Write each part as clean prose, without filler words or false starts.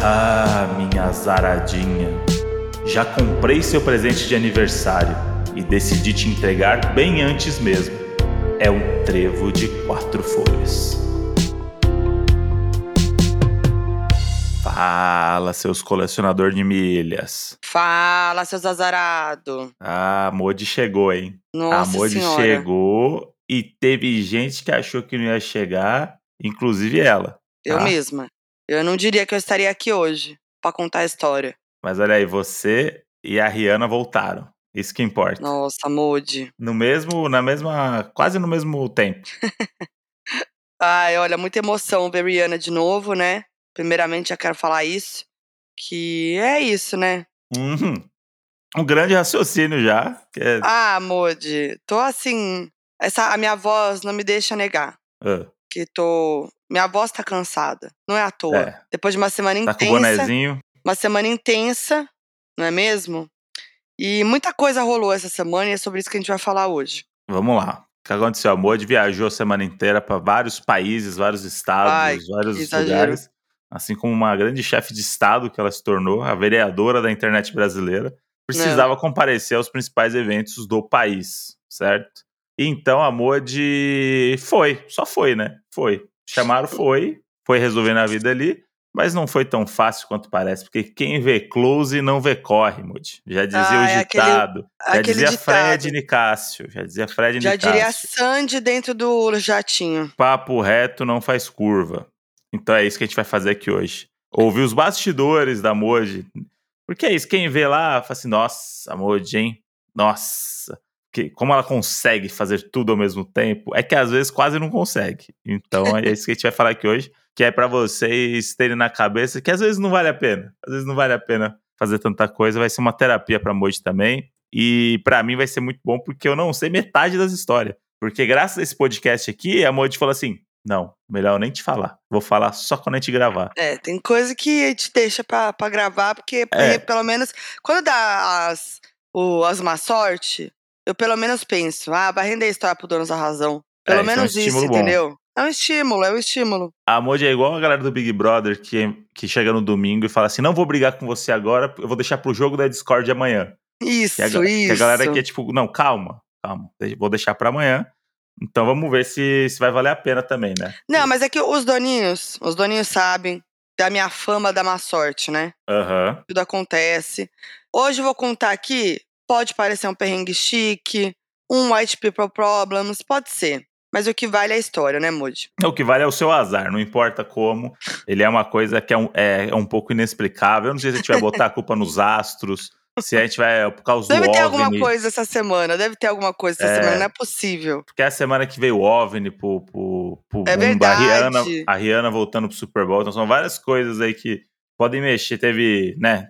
Ah, minha azaradinha, já comprei seu presente de aniversário e decidi te entregar bem antes mesmo. É um trevo de 4 folhas. Fala, seus colecionador de milhas. Fala, seus azarados. Ah, a Modi chegou, hein? A Nossa Modi senhora. chegou e teve gente que achou que não ia chegar, inclusive ela. Eu Tá? mesma. Eu não diria que eu estaria aqui hoje pra contar a história. Mas olha aí, você e a Rihanna voltaram. Isso que importa. Nossa, Modi. Quase no mesmo tempo. Ai, olha, muita emoção ver Rihanna de novo, né? Primeiramente, já quero falar isso. Que é isso, né? Uhum. Um grande raciocínio já. Ah, Modi, tô assim. A minha voz não me deixa negar. Minha voz tá cansada. Não é à toa. É, Depois de tá com o bonezinho. uma semana intensa, não é mesmo? E muita coisa rolou essa semana e é sobre isso que a gente vai falar hoje. Vamos lá. O que aconteceu? A Modi viajou a semana inteira para vários países, vários Ai, estados, que vários exagero. lugares. Assim como uma grande chefe de estado que ela se tornou, a vereadora da internet brasileira, É. precisava comparecer aos principais eventos do país, certo? E então a Modi só foi, né? Foi. Chamaram, foi resolvendo a vida ali, mas não foi tão fácil quanto parece, porque quem vê close não vê corre, Modi. Já dizia o Ah, é ditado, já aquele dizia ditado. Fred Nicásio, já dizia Fred Já diria a Nicásio. Sandy dentro do jatinho. Papo reto não faz curva. Então é isso que a gente vai fazer aqui hoje. Ouvir os bastidores da Modi. Porque é isso, quem vê lá, fala assim, nossa, a Modi, hein? Nossa. Como ela consegue fazer tudo ao mesmo tempo, é que às vezes quase não consegue. Então é isso que a gente vai falar aqui hoje, que é pra vocês terem na cabeça que às vezes não vale a pena. Às vezes não vale a pena fazer tanta coisa, vai ser uma terapia pra Modi também. E pra mim vai ser muito bom, porque eu não sei metade das histórias. Porque graças a esse podcast aqui, a Modi falou assim, não, melhor eu nem te falar. Vou falar só quando a gente gravar. É, tem coisa que a gente deixa pra gravar, porque É, pelo menos, quando dá as má sorte, eu pelo menos penso, vai render história pro Donos da Razão. Pelo isso é um menos isso, estímulo bom. entendeu? É um estímulo, é um estímulo. A Modi é igual a galera do Big Brother que chega no domingo e fala assim, não vou brigar com você agora, eu vou deixar pro jogo da Discord amanhã. Isso, Que a galera aqui é isso. tipo, não, calma, vou deixar pra amanhã. Então vamos ver se vai valer a pena também, né? Não, mas é que os doninhos sabem da minha fama da má sorte, né? Aham. Tudo acontece. Hoje eu vou contar aqui, pode parecer um perrengue chique, um white people problems, pode ser. Mas o que vale é a história, né, Moody? O que vale é o seu azar, não importa como. Ele é uma coisa que é um pouco inexplicável. Eu não sei se a gente vai botar a culpa nos astros, se a gente vai por causa do Deve ter alguma OVNI. coisa essa semana, não é possível. Porque é a semana que veio o OVNI pro É mundo, verdade. a Rihanna voltando pro Super Bowl. Então são várias coisas aí que podem mexer. Teve, né,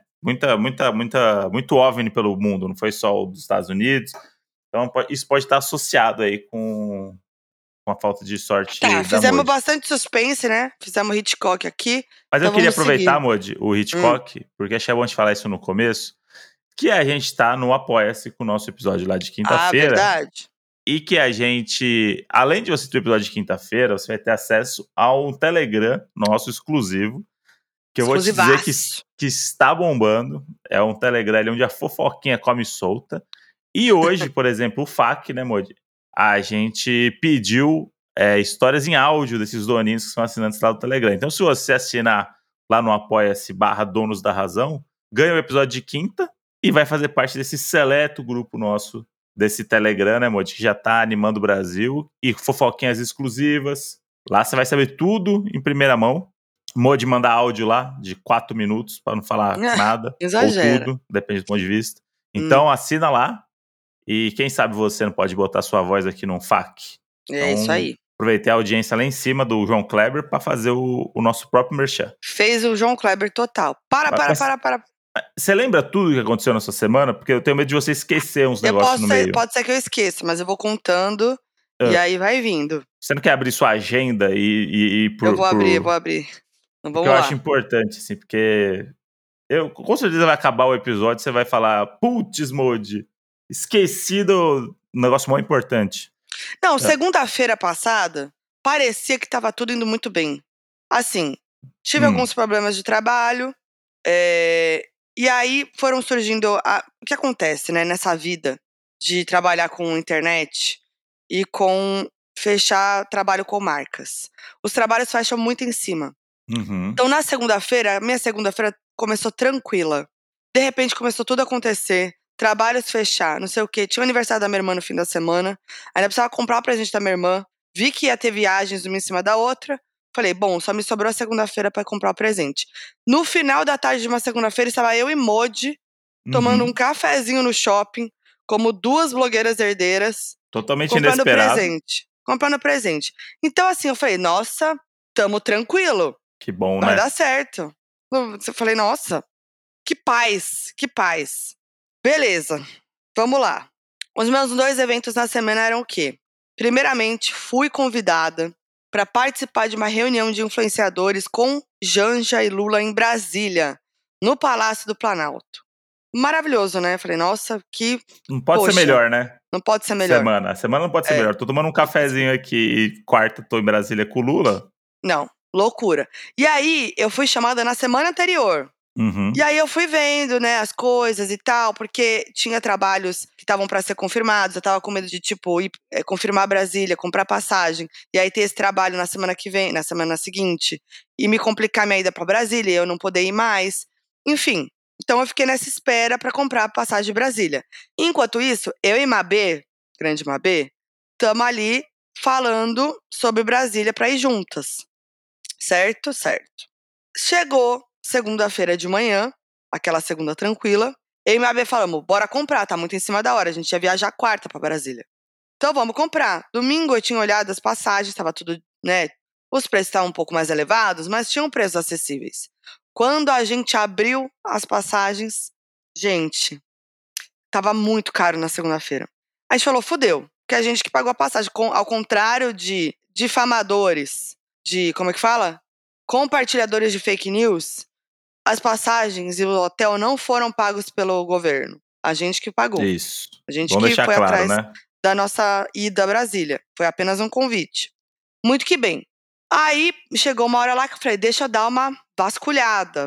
muito OVNI pelo mundo, não foi só o dos Estados Unidos. Então isso pode estar associado aí com a falta de Tá, sorte da fizemos Modi. bastante suspense, né? Fizemos Hitchcock aqui, Mas eu então queria vamos aproveitar, seguir. Modi, o Hitchcock, porque achei bom de falar isso no começo, que a gente tá no Apoia-se com o nosso episódio lá de Ah, quinta-feira, verdade? e que a gente, além de você ter o episódio de quinta-feira, você vai ter acesso a um Telegram nosso exclusivo, que eu vou te dizer Exclusivaço. que está bombando. É um Telegram ali onde a fofoquinha come solta. E hoje, por exemplo, o FAQ, né, Modi? A gente pediu histórias em áudio desses doninhos que são assinantes lá do Telegram. Então, se você assinar lá no apoia-se /donos da razão, ganha o episódio de quinta e vai fazer parte desse seleto grupo nosso desse Telegram, né, Modi? Que já tá animando o Brasil. E fofoquinhas exclusivas. Lá você vai saber tudo em primeira mão. Modi manda áudio lá de 4 minutos para não falar nada, ou Exagera. tudo, depende do ponto de vista. Hum, Então assina lá e quem sabe você não pode botar sua voz aqui num FAQ. é isso Então aí. aproveitei a audiência lá em cima do João Kleber para fazer o nosso próprio merchan. Fez o João Kleber total. Mas Para. você lembra tudo que aconteceu nessa semana? Porque eu tenho medo de você esquecer uns negócios no meio. Pode ser que eu esqueça, mas eu vou contando e Ah, aí vai vindo. você não quer abrir sua agenda e ir Eu vou abrir. Então porque vamos eu acho lá. importante, assim, porque com certeza vai acabar o episódio, você vai falar, putz, Modi, esquecido um negócio muito importante. Não, É. segunda-feira passada, parecia que estava tudo indo muito bem. Assim, tive Hum, alguns problemas de trabalho, E aí foram surgindo... O que acontece, né, nessa vida de trabalhar com internet e com fechar trabalho com marcas? Os trabalhos fecham muito em cima. Uhum. Então, na segunda-feira, minha segunda-feira começou tranquila. De repente, começou tudo a acontecer. Trabalhos fechar, não sei o quê. Tinha o aniversário da minha irmã no fim da semana. Ainda precisava comprar o presente da minha irmã. Vi que ia ter viagens uma em cima da outra. Falei, bom, só me sobrou a segunda-feira pra comprar o presente. No final da tarde de uma segunda-feira, estava eu e Modi tomando um cafezinho no shopping, como duas blogueiras herdeiras, Totalmente comprando inesperado. presente. Comprando presente. Então, assim, eu falei, nossa, tamo tranquilo. Que bom, Vai né? dar certo. Eu falei, nossa, que paz, que paz. Beleza, vamos lá. Os meus 2 eventos na semana eram o quê? Primeiramente, fui convidada para participar de uma reunião de influenciadores com Janja e Lula em Brasília, no Palácio do Planalto. Maravilhoso, né? Falei, nossa, Não pode ser poxa, melhor, né? não pode ser melhor. Semana. A semana não pode ser É, melhor. Tô tomando um não pode ser. cafezinho aqui e quarta tô em Brasília com o Lula. Não, loucura. E aí, eu fui chamada na semana anterior. E Uhum. aí eu fui vendo, né, as coisas e tal, porque tinha trabalhos que estavam para ser confirmados, eu tava com medo de, tipo, confirmar Brasília, comprar passagem, e aí ter esse trabalho na semana que vem, na semana seguinte, e me complicar minha ida para Brasília, e eu não poder ir mais. Enfim, então eu fiquei nessa espera para comprar a passagem de Brasília. Enquanto isso, eu e Mabê, grande Mabê, tamo ali falando sobre Brasília para ir juntas. Certo? Certo. Chegou segunda-feira de manhã, aquela segunda tranquila. Eu e minha B falamos, bora comprar, tá muito em cima da hora. A gente ia viajar quarta pra Brasília. Então vamos comprar. Domingo eu tinha olhado as passagens, tava tudo, né? Os preços estavam um pouco mais elevados, mas tinham preços acessíveis. Quando a gente abriu as passagens, gente, tava muito caro na segunda-feira. A gente falou, fudeu, que a gente que pagou a passagem. Ao contrário de difamadores, de, como é que fala? Compartilhadores de fake news, as passagens e o hotel não foram pagos pelo governo. A gente que pagou. Isso. A gente Vamos que deixar foi claro, atrás né? da nossa ida a Brasília. Foi apenas um convite. Muito que bem. Aí chegou uma hora lá que eu falei, deixa eu dar uma vasculhada.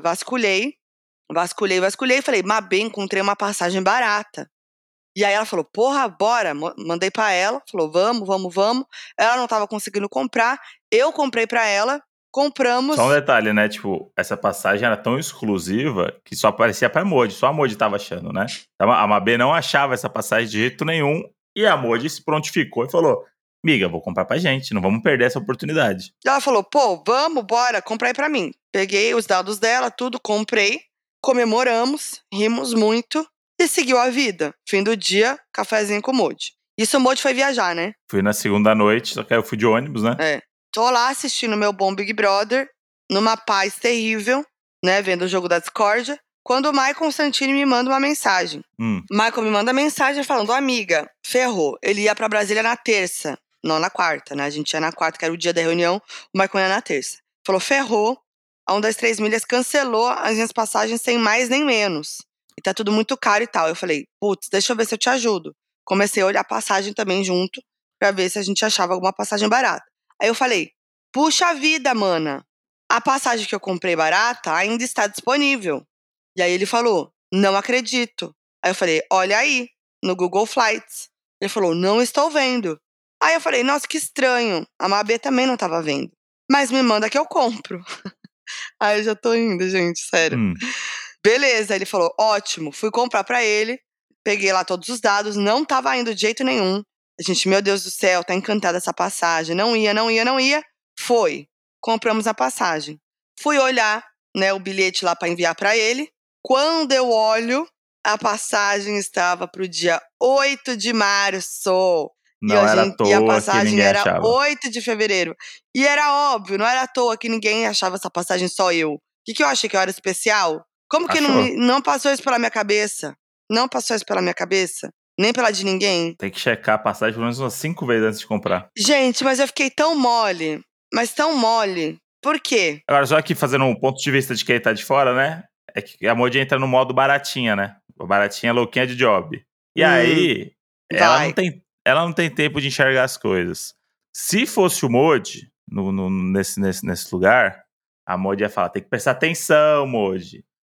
Vasculhei. Falei, mas bem, encontrei uma passagem barata. E aí ela falou, porra, bora. Mandei pra ela, falou, vamos. Ela não tava conseguindo comprar, eu comprei pra ela, Só um compramos. detalhe, né? Tipo, essa passagem era tão exclusiva que só aparecia pra Modi. Só a Modi tava achando, né? Então, a Mabê não achava essa passagem de jeito nenhum. E a Modi se prontificou e falou: Miga, vou comprar pra gente, não vamos perder essa oportunidade. E ela falou, pô, vamos, bora, compra aí pra mim. Peguei os dados dela, tudo, comprei, comemoramos, rimos muito e seguiu a vida. Fim do dia, cafezinho com o Modi. Isso o Modi foi viajar, né? Fui na segunda noite, só que aí eu fui de ônibus, né? É. Tô lá assistindo meu bom Big Brother, numa paz terrível, né? Vendo o jogo da discórdia, quando o Michael Santini me manda uma mensagem. Michael me manda mensagem falando, amiga, ferrou. Ele ia pra Brasília na terça, não na quarta, né? A gente ia na quarta, que era o dia da reunião, o Michael ia na terça. Falou, ferrou. A 123 Milhas cancelou as minhas passagens sem mais nem menos. E tá tudo muito caro e tal. Eu falei, putz, deixa eu ver se eu te ajudo. Comecei a olhar passagem também junto, pra ver se a gente achava alguma passagem barata. Aí eu falei, puxa vida, mana. A passagem que eu comprei barata ainda está disponível. E aí ele falou, não acredito. Aí eu falei, olha aí, no Google Flights. Ele falou, não estou vendo. Aí eu falei, nossa, que estranho. A Mabê também não estava vendo. Mas me manda que eu compro. Aí eu já tô indo, gente, sério. Hum. Beleza, ele falou, ótimo. Fui comprar pra ele, peguei lá todos os dados, não tava indo de jeito nenhum. A gente, meu Deus do céu, tá encantada essa passagem. Não ia. Foi. Compramos a passagem. Fui olhar, né, o bilhete lá pra enviar pra ele. Quando eu olho, a passagem estava pro dia 8 de março. Não era à E a toa que passagem ninguém era achava. 8 de fevereiro. E era óbvio, não era à toa que ninguém achava essa passagem, só eu. O que eu achei que eu era especial? Como que Achou? não passou isso pela minha cabeça? Não passou isso pela minha cabeça? Nem pela de ninguém? Tem que checar a passagem pelo menos umas 5 vezes antes de comprar. Gente, mas eu fiquei tão mole. Mas tão mole. Por quê? Agora, só que fazendo um ponto de vista de quem tá de fora, né? É que a Modi entra no modo baratinha, né? Baratinha louquinha de job. E aí, Vai. ela não tem tempo de enxergar as coisas. Se fosse o Modi, nesse lugar, a Modi ia falar: tem que prestar atenção, Modi.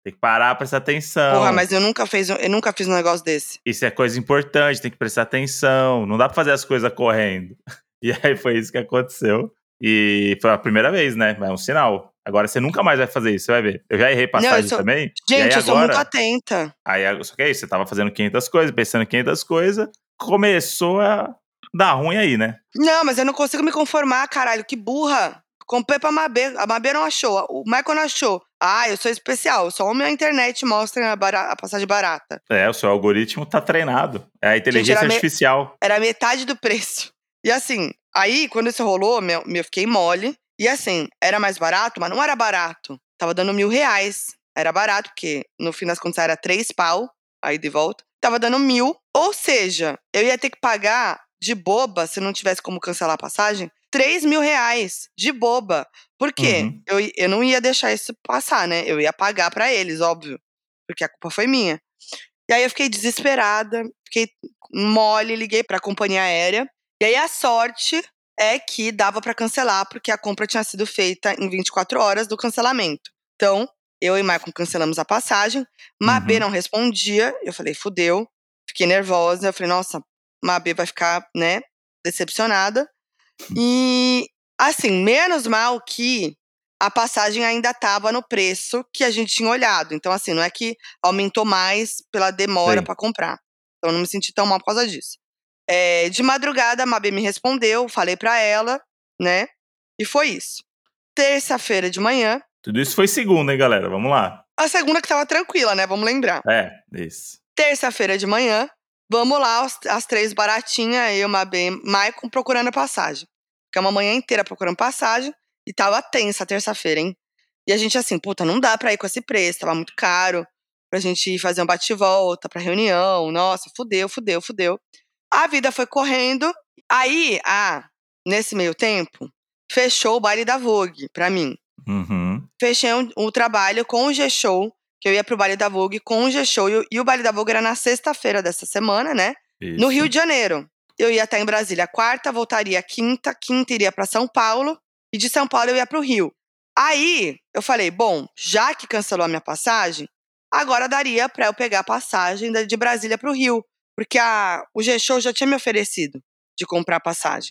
Tem que parar, prestar atenção. Porra, mas eu nunca fiz um negócio desse. Isso é coisa importante, tem que prestar atenção. Não dá pra fazer as coisas correndo. E aí foi isso que aconteceu. E foi a primeira vez, né? É um sinal. Agora você nunca mais vai fazer isso, você vai ver. Eu já errei passagem também. Gente, eu sou muito atenta. Aí, só que é isso, você tava fazendo 500 coisas, pensando em 500 coisas, começou a dar ruim aí, né? Não, mas eu não consigo me conformar, caralho, que burra. Comprei pra Mabê, a Mabê não achou, o Michael não achou. Ah, eu sou especial, só a minha internet mostra a passagem barata. O seu algoritmo tá treinado. É a inteligência artificial. Era metade do preço. E assim, aí quando isso rolou, eu fiquei mole. E assim, era mais barato, mas não era barato. Tava dando R$1.000. Era barato, porque no fim das contas era 3 pau, aí de volta. Tava dando 1.000. Ou seja, eu ia ter que pagar de boba, se não tivesse como cancelar a passagem, R$3.000 de boba. Por quê? Eu não ia deixar isso passar, né? Eu ia pagar pra eles, óbvio. Porque a culpa foi minha. E aí eu fiquei desesperada, fiquei mole, liguei pra companhia aérea. E aí a sorte é que dava pra cancelar, porque a compra tinha sido feita em 24 horas do cancelamento. Então, eu e Maicon cancelamos a passagem. Mabê não respondia. Eu falei, fudeu. Fiquei nervosa. Eu falei, nossa, Mabê vai ficar, né, decepcionada. E, assim, menos mal que a passagem ainda estava no preço que a gente tinha olhado. Então, assim, não é que aumentou mais pela demora para comprar. Então, eu não me senti tão mal por causa disso. De madrugada, a Mabê me respondeu, falei pra ela, né? E foi isso. Terça-feira de manhã. Tudo isso foi segunda, hein, galera? Vamos lá. A segunda que tava tranquila, né? Vamos lembrar. Isso. Terça-feira de manhã, vamos lá, as 3 baratinhas, eu, Mabê e Maicon, procurando a passagem. Ficamos a manhã inteira procurando passagem e tava tensa a terça-feira, hein? E a gente assim, puta, não dá pra ir com esse preço, tava muito caro pra gente ir fazer um bate-volta pra reunião. Nossa, fudeu. A vida foi correndo. Aí, nesse meio tempo, fechou o baile da Vogue pra mim. Fechei um trabalho com o G-Show, que eu ia pro baile da Vogue com o G-Show. E o baile da Vogue era na sexta-feira dessa semana, né? Isso. No Rio de Janeiro. Eu ia até em Brasília quarta, voltaria quinta iria pra São Paulo, e de São Paulo eu ia pro Rio. Aí, eu falei, bom, já que cancelou a minha passagem, agora daria pra eu pegar a passagem de Brasília pro Rio. Porque o G-Show já tinha me oferecido de comprar a passagem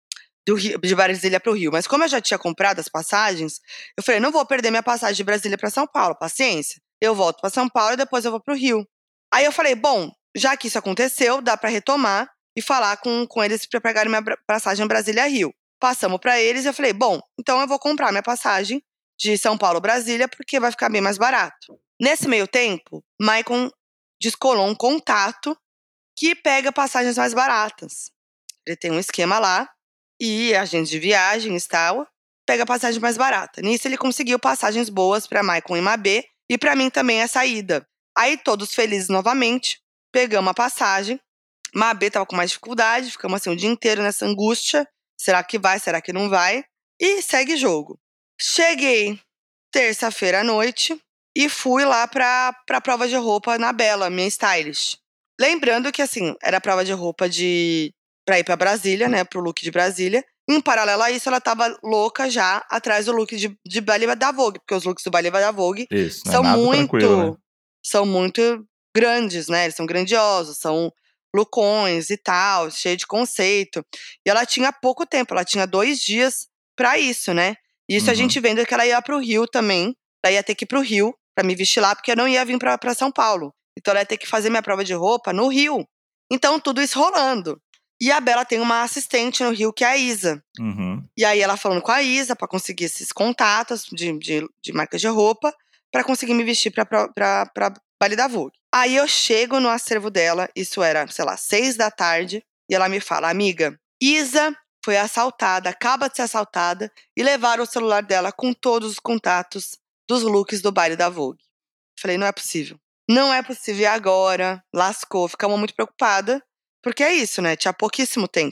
de Brasília pro Rio. Mas como eu já tinha comprado as passagens, eu falei, não vou perder minha passagem de Brasília pra São Paulo, paciência. Eu volto pra São Paulo e depois eu vou pro Rio. Aí eu falei, bom, já que isso aconteceu, dá pra retomar e falar com eles pra pegarem minha passagem Brasília-Rio. Passamos pra eles e eu falei, bom, então eu vou comprar minha passagem de São Paulo-Brasília porque vai ficar bem mais barato. Nesse meio tempo, Maicon descolou um contato que pega passagens mais baratas. Ele tem um esquema lá e agente de viagens e tal, pega passagem mais barata. Nisso ele conseguiu passagens boas pra Maicon e Mabê e pra mim também a saída. Aí todos felizes novamente, pegamos a passagem. Mabê tava com mais dificuldade, ficamos assim o dia inteiro nessa angústia. Será que vai? Será que não vai? E segue jogo. Cheguei terça-feira à noite e fui lá pra prova de roupa na Bela, minha stylist. Lembrando que, assim, era prova de roupa pra ir pra Brasília, né, pro look de Brasília. Em paralelo a isso, ela tava louca já atrás do look de baile da Vogue, porque os looks do baile da Vogue são nada tranquilo, né? São muito grandes, né? Eles são grandiosos, são lookões e tal, cheio de conceito. E ela tinha pouco tempo, ela tinha 2 dias pra isso, né? E isso a gente vendo que ela ia pro Rio também. Ela ia ter que ir pro Rio pra me vestir lá, porque eu não ia vir pra São Paulo. Então ela ia ter que fazer minha prova de roupa no Rio. Então tudo isso rolando. E a Bela tem uma assistente no Rio, que é a Isa. E aí ela falando com a Isa pra conseguir esses contatos de marca de roupa, pra conseguir me vestir pra baile da Vogue. Aí eu chego no acervo dela, isso era, sei lá, 6 da tarde, e ela me fala, amiga, Isa foi assaltada, acaba de ser assaltada, e levaram o celular dela com todos os contatos dos looks do baile da Vogue. Falei, não é possível. Não é possível, e agora? Lascou, ficamos muito preocupada, porque é isso, né? Tinha pouquíssimo tempo.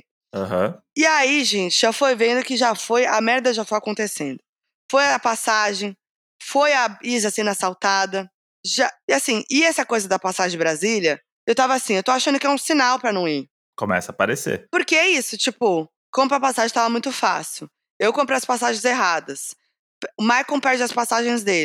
E aí, gente, já foi vendo que a merda já foi acontecendo. Foi a passagem, foi a Isa sendo assaltada, e assim, e essa coisa da passagem de Brasília, eu tava assim, eu tô achando que é um sinal pra não ir. Começa a aparecer. Porque é isso, tipo, comprar passagem tava muito fácil. Eu comprei as passagens erradas. O Maicon perde as passagens dele.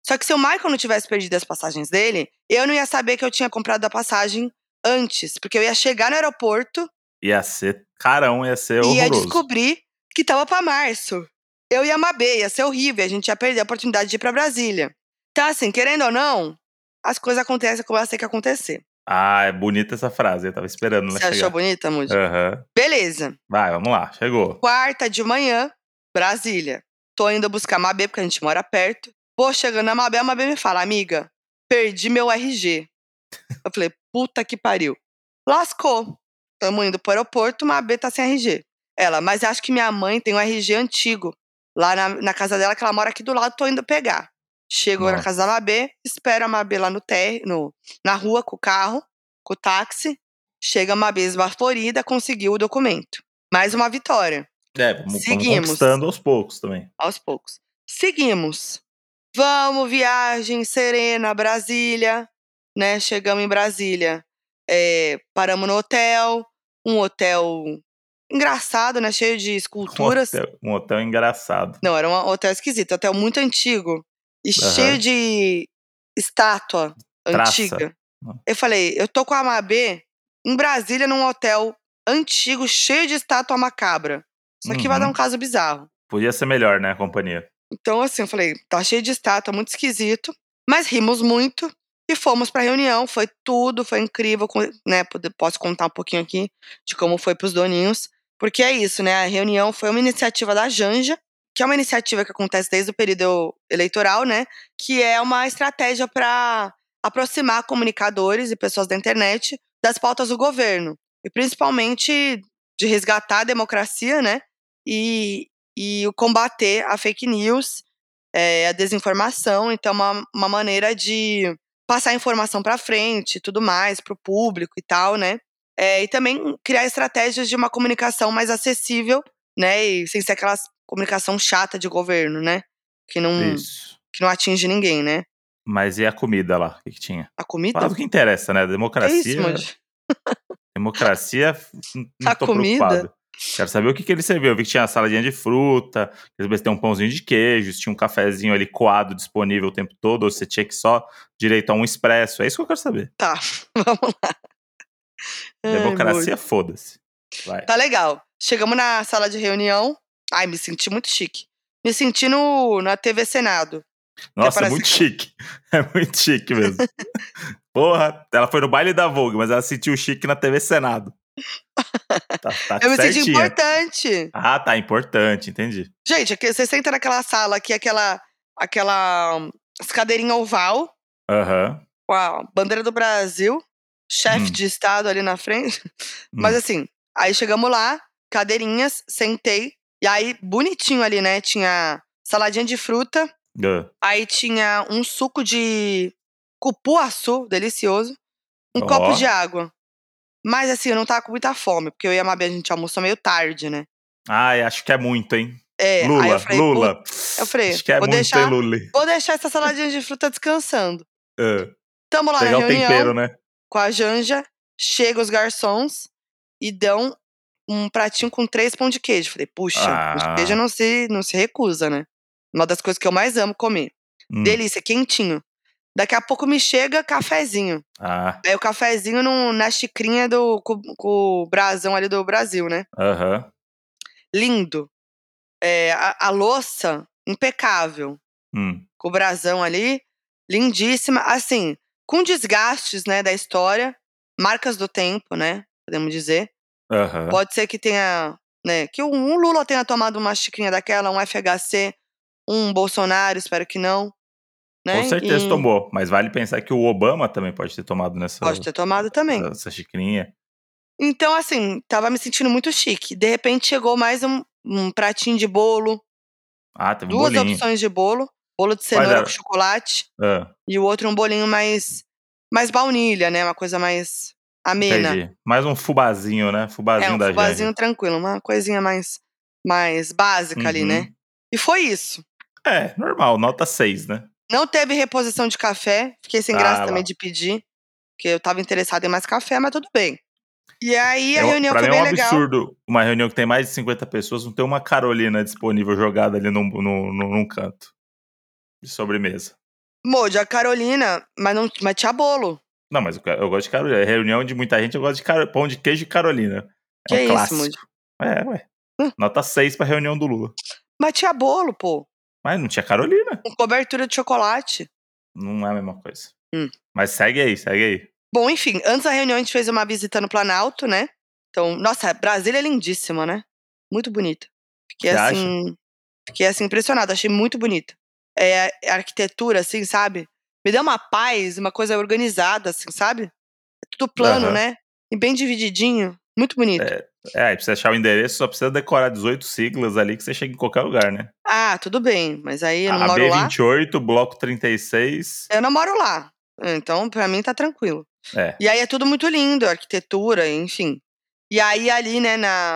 Só que se o Michael não tivesse perdido as passagens dele, eu não ia saber que eu tinha comprado a passagem antes, porque eu ia chegar no aeroporto Ia ser carão, ia ser e ia horroroso. descobrir que tava pra março. Eu e a Mabê, ia ser horrível, a gente ia perder a oportunidade de ir pra Brasília. Então, assim, querendo ou não, as coisas acontecem como elas têm que acontecer. Ah, é bonita essa frase, eu tava esperando ela Você achou chegar. bonita, Moody? Aham. Beleza. Vai, vamos lá, chegou. Quarta de manhã, Brasília. Tô indo buscar a Mabê, porque a gente mora perto. Vou chegando na Mabê, a Mabê me fala, amiga, perdi meu RG. Eu falei, puta que pariu. Lascou. Tamo indo pro aeroporto, Mabê tá sem RG. Ela, mas acho que minha mãe tem um RG antigo. Lá na casa dela, que ela mora aqui do lado, tô indo pegar. Chego na casa da Nossa. Mabê, espero a Mabê lá na rua com o carro, com o táxi. Chega a Mabê esbaforida, conseguiu o documento. Mais uma vitória. Vamos Seguimos, conquistando aos poucos também. aos poucos. Seguimos. Vamos, viagem serena, Brasília, né? Chegamos em Brasília. Paramos no hotel, um hotel engraçado, né? Cheio de esculturas. Um hotel engraçado. Não, era um hotel esquisito, um hotel muito antigo e cheio Aham. de estátua Traça. antiga. Eu falei, eu tô com a Mabê em Brasília num hotel antigo, cheio de estátua macabra. Isso aqui vai dar um Uhum. caso bizarro. Podia ser melhor, né, a companhia. Então, assim, eu falei, tá cheio de estátua, muito esquisito. Mas rimos muito e fomos pra reunião. Foi tudo, foi incrível, né? Posso contar um pouquinho aqui de como foi pros doninhos. Porque é isso, né? A reunião foi uma iniciativa da Janja, que é uma iniciativa que acontece desde o período eleitoral, né? Que é uma estratégia para aproximar comunicadores e pessoas da internet das pautas do governo. E principalmente de resgatar a democracia, né? E o combater a fake news, a desinformação. Então, uma maneira de passar informação para frente e tudo mais, para o público e tal, né? E também criar estratégias de uma comunicação mais acessível, né? E sem ser aquela comunicação chata de governo, né? Que não, Isso. que não atinge ninguém, né? Mas e a comida lá? O que tinha? A Fala comida? do que interessa, né? Que é isso, Democracia. Moody? Democracia, não A tô comida? preocupado. Quero saber o que ele serviu. Eu vi que tinha saladinha de fruta, às vezes tem um pãozinho de queijo, tinha um cafezinho ali coado disponível o tempo todo, ou você tinha que só direito a um expresso. É isso que eu quero saber. Tá, vamos lá. Ai, Democracia, Moody. foda-se. Vai. Tá legal. Chegamos na sala de reunião. Ai, me senti muito chique. Me senti na TV Senado. Que Nossa, aparece muito aquela. chique. É muito chique mesmo. Porra, ela foi no baile da Vogue, mas ela sentiu chique na TV Senado. Tá Eu me senti certinha. importante. Ah, tá, importante, entendi. Gente, você senta naquela sala aqui, as cadeirinhas oval, Aham. com a bandeira do Brasil, chefe Hum, de Estado ali na frente. Mas hum. assim, aí chegamos lá, cadeirinhas, sentei. E aí, bonitinho ali, né? Tinha saladinha de fruta. Ah, Aí tinha um suco de cupuaçu, delicioso. Um copo de ó. água. Mas assim, eu não tava com muita fome, porque eu e a Mabê, a gente almoçou meio tarde, né? Ai, acho que é muito, hein? Aí eu Lula, falei, putz, Lula. eu falei, Acho que é muito, hein, Lula? vou deixar essa saladinha de fruta descansando. Ah, Tamo lá na pegar o tempero, reunião, né? com a Janja, chega os garçons e dão um pratinho com 3 pão de queijo. Falei, puxa, pão de queijo Ah, não se recusa, né? Uma das coisas que eu mais amo comer. hum, Delícia, quentinho. Daqui a pouco me chega cafezinho. ah, Aí o cafezinho na xicrinha com o brasão ali do Brasil, né? aham, Lindo. A louça, impecável. hum, Com o brasão ali, lindíssima. Assim, com desgastes, né, da história, marcas do tempo, né? Podemos dizer. aham. Pode ser que tenha, né, que um Lula tenha tomado uma xicrinha daquela, um FHC, um Bolsonaro, espero que não, Com né? certeza E tomou, mas vale pensar que o Obama também pode ter tomado pode ter tomado também. essa xicrinha. Então, assim, tava me sentindo muito chique. De repente chegou mais um pratinho de bolo, Ah, teve um 2 bolinho. opções de bolo, bolo de Quais cenoura com eram? chocolate Ah, e o outro um bolinho mais baunilha, né, uma coisa mais amena. entendi. Mais um fubazinho, né? Fubazinho Um da Janja. fubazinho tranquilo, uma coisinha mais básica ali, né. Uhum. E foi isso. É, normal, nota 6, né? Não teve reposição de café, fiquei sem graça Ah também lá. de pedir, porque eu estava interessada em mais café, mas tudo bem. E aí a reunião Pra mim foi é um bem legal. absurdo uma reunião que tem mais de 50 pessoas não ter uma Carolina disponível jogada ali num canto de sobremesa. Moji, a Carolina, mas tinha bolo. Não, mas eu gosto de Carolina. Reunião de muita gente, eu gosto de pão de queijo e Carolina. É Que um é isso, Moji? clássico. Ué. Hã? Nota 6 pra reunião do Lula. Mas tinha bolo, pô. Mas não tinha Carolina. Com cobertura de chocolate. Não é a mesma coisa. Hum. Mas segue aí. Bom, enfim, antes da reunião a gente fez uma visita no Planalto, né? Então, nossa, Brasília é lindíssima, né? Muito bonita. Você acha? Fiquei assim impressionada, achei muito bonita. A arquitetura, assim, sabe? Me deu uma paz, uma coisa organizada, assim, sabe? É tudo plano, Aham. né? E bem divididinho. Muito bonito. Aí pra você achar o endereço, só precisa decorar 18 siglas ali que você chega em qualquer lugar, né? Ah, tudo bem, mas aí eu não A moro lá. B28, bloco 36. Eu não moro lá. Então, pra mim, tá tranquilo. É. E aí é tudo muito lindo, a arquitetura, enfim. E aí ali, né,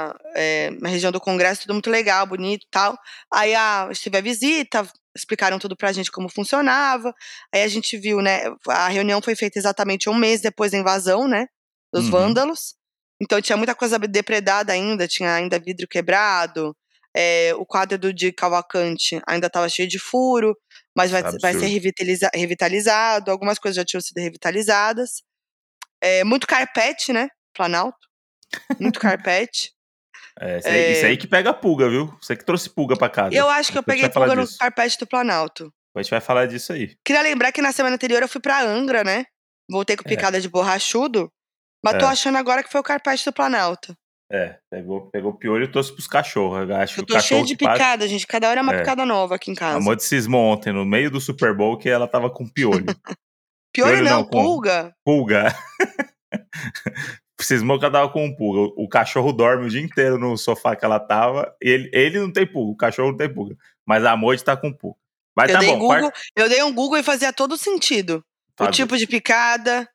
na região do Congresso, tudo muito legal, bonito e tal. Aí tive a visita, explicaram tudo pra gente como funcionava. Aí a gente viu, né, a reunião foi feita exatamente um mês depois da invasão, né, dos Uhum. vândalos. Então tinha muita coisa depredada ainda, tinha ainda vidro quebrado. O quadro do Di Cavalcante ainda estava cheio de furo, mas vai ser Absurdo. revitalizado. Algumas coisas já tinham sido revitalizadas. Muito carpete, né? Planalto. Muito carpete. Isso aí que pega pulga, viu? Você que trouxe pulga pra E eu casa. acho que eu Depois a gente peguei vai falar pulga no disso. carpete do Planalto. Depois a gente vai falar disso aí. Queria lembrar que na semana anterior eu fui pra Angra, né? Voltei com É, picada de borrachudo. Mas tô é, achando agora que foi o carpete do Planalto. Pegou o piolho e trouxe pros cachorros. Eu acho que Eu o tô cheia cachorro de que passa. picada, gente. Cada hora é uma É. picada nova aqui em A casa. Modi cismou ontem, no meio do Super Bowl, que ela tava com piolho. Piolho Piolho não, não, com pulga. pulga. Cismou que ela tava com pulga. O cachorro dorme o dia inteiro no sofá que ela tava. Ele não tem pulga, o cachorro não tem pulga. Mas a Modi tá com pulga. Mas Eu tá dei bom, Google, eu dei um Google e fazia todo sentido. O Fazer. tipo de picada,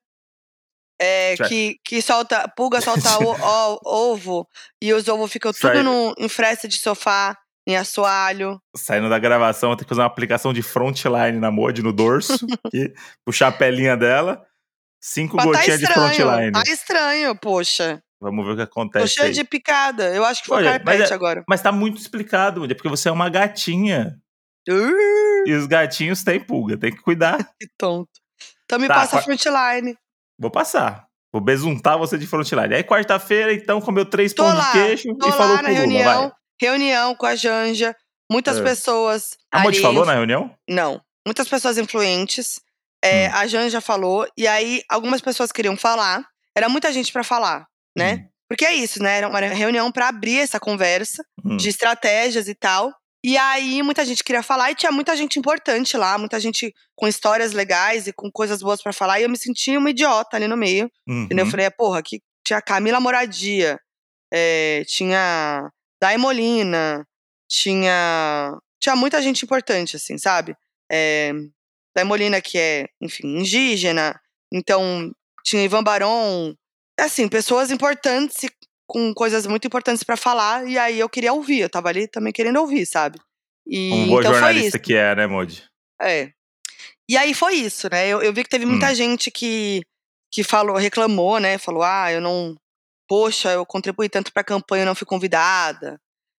que solta, pulga solta ovo, e os ovos ficam tudo Sai, em fresta de sofá, em assoalho. Saindo da gravação, eu tenho que fazer uma aplicação de frontline na Modi, no dorso. E puxar a pelinha dela. 5 Mas gotinhas de tá frontline. estranho, poxa. Vamos ver o que Tô acontece cheia aí. de picada. Eu acho que foi o Olha, carpete agora. mas tá muito explicado, Modi, porque você é uma gatinha. E os gatinhos têm pulga, tem que cuidar. Que tonto. Então me Tá, passa a frontline. vou passar. Vou besuntar você de frontline. Aí quarta-feira, então, comeu 3 pão de queijo Tô e falou lá na com o Lula, vai. reunião com a Janja, muitas É. pessoas A Modi ali, falou na reunião? não, muitas pessoas influentes. Hum, A Janja falou, e aí algumas pessoas queriam falar, era muita gente pra falar, né? hum, Porque é isso, né? Era uma reunião pra abrir essa conversa de hum, estratégias e tal. E aí muita gente queria falar e tinha muita gente importante lá, muita gente com histórias legais e com coisas boas pra falar, e eu me senti uma idiota ali no meio. Entendeu? Eu uhum. falei, porra, aqui tinha a Camila Moradia, tinha Day Molina, tinha muita gente importante, assim, sabe? É, Day Molina, que é, enfim, indígena, então tinha Ivan Barão, assim, pessoas importantes e com coisas muito importantes pra falar, e aí eu queria ouvir, eu tava ali também querendo ouvir, sabe? Como E boa então foi isso. jornalista que é, né, Modi? É. E aí foi isso, né? Eu vi que teve muita Hum. gente que falou, reclamou, né? Falou, eu não. Poxa, eu contribuí tanto pra campanha, eu não fui convidada.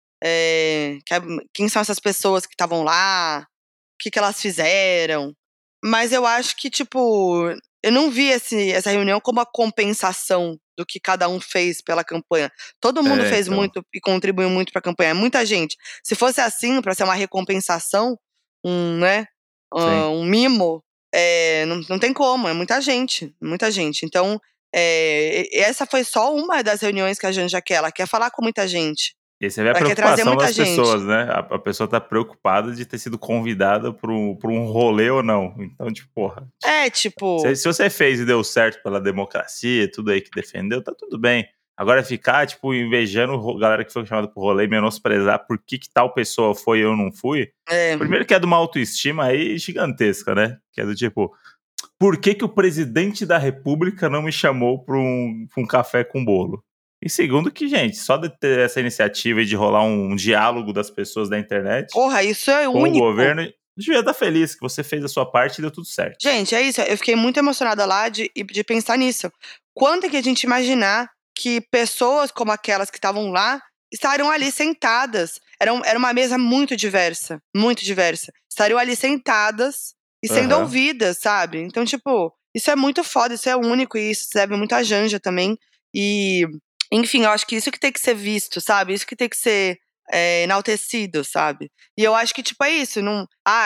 Quem são essas pessoas que estavam lá? O que elas fizeram? Mas eu acho que, tipo, eu não vi essa reunião como a compensação do que cada um fez pela campanha. Todo mundo fez Então. muito e contribuiu muito pra campanha. Muita gente. Se fosse assim, pra ser uma recompensação, né? Sim. Um mimo, não tem como, é muita gente, muita gente. Então, essa foi só uma das reuniões que a Janja quer. Ela quer falar com muita gente. E aí você vê a Ela quer trazer preocupação muita das gente. pessoas, né? A pessoa tá preocupada de ter sido convidada pra um rolê ou não. Então, tipo, porra. Tipo, Se você fez e deu certo pela democracia, tudo aí que defendeu, tá tudo bem. Agora ficar, tipo, invejando galera que foi chamada pro rolê e menosprezar por que tal pessoa foi e eu não fui. é, Primeiro que é de uma autoestima aí gigantesca, né? Que é do tipo, por que o presidente da república não me chamou pra um café com bolo? E segundo que, gente, só de ter essa iniciativa e de rolar um diálogo das pessoas da internet porra, isso é com o único. governo, devia estar feliz que você fez a sua parte e deu tudo certo. Gente, é isso. Eu fiquei muito emocionada lá de pensar nisso. Quando é que a gente imaginar que pessoas como aquelas que estavam lá estariam ali sentadas? Era uma mesa muito diversa, muito diversa. Estariam ali sentadas e sendo Aham. ouvidas, sabe? Então, tipo, isso é muito foda, isso é único e isso se deve muito à Janja também. E, enfim, eu acho que isso que tem que ser visto, sabe? Isso que tem que ser enaltecido, sabe? E eu acho que, tipo, é isso. Não,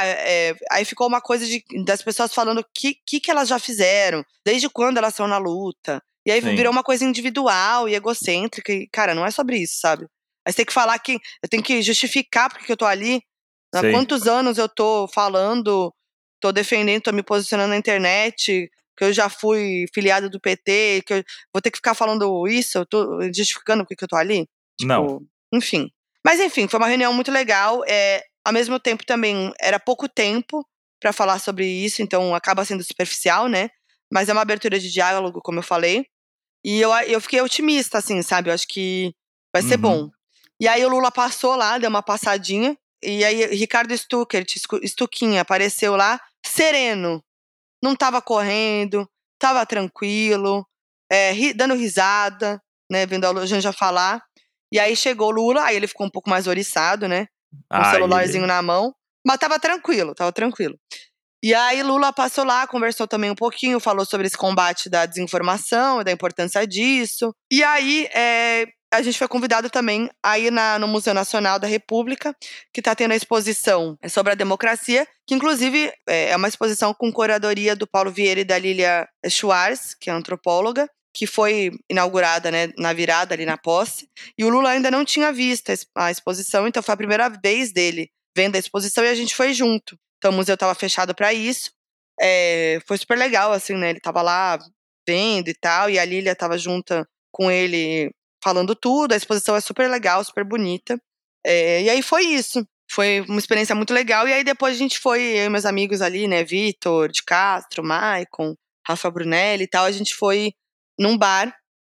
aí ficou uma coisa das pessoas falando o que elas já fizeram, desde quando elas estão na luta. E aí virou Sim. uma coisa individual e egocêntrica. E, cara, não é sobre isso, sabe? Aí você tem que falar que eu tenho que justificar porque que eu tô ali. Há Sim. quantos anos eu tô falando, tô defendendo, tô me posicionando na internet, que eu já fui filiada do PT, que eu vou ter que ficar falando isso, eu tô justificando porque que eu tô ali? Não. Tipo, enfim. Mas enfim, foi uma reunião muito legal. Ao mesmo tempo também, era pouco tempo pra falar sobre isso, então acaba sendo superficial, né? Mas é uma abertura de diálogo, como eu falei. E eu fiquei otimista, assim, sabe? Eu acho que vai ser bom. Uhum. E aí o Lula passou lá, deu uma passadinha. E aí Ricardo Stuckert, Stuquinha, apareceu lá, sereno. Não tava correndo, tava tranquilo, dando risada, né? Vendo a Janja falar. E aí chegou o Lula, aí ele ficou um pouco mais oriçado, né? Com o Ah, celularzinho ele. na mão. Mas tava tranquilo, tava tranquilo. E aí Lula passou lá, conversou também um pouquinho, falou sobre esse combate da desinformação e da importância disso. E aí a gente foi convidado também a ir no Museu Nacional da República, que está tendo a exposição sobre a democracia, que inclusive é uma exposição com curadoria do Paulo Vieira e da Lilia Schwartz, que é antropóloga, que foi inaugurada, né, na virada ali na posse. E o Lula ainda não tinha visto a exposição, então foi a primeira vez dele vendo a exposição e a gente foi junto. Então o museu estava fechado para isso. Foi super legal, assim, né? Ele estava lá vendo e tal, e a Lília estava junta com ele falando tudo. A exposição é super legal, super bonita. E aí foi isso. Foi uma experiência muito legal. E aí depois a gente foi, eu e meus amigos ali, né? Vitor, de Castro, Maicon, Rafa Brunelli e tal. A gente foi num bar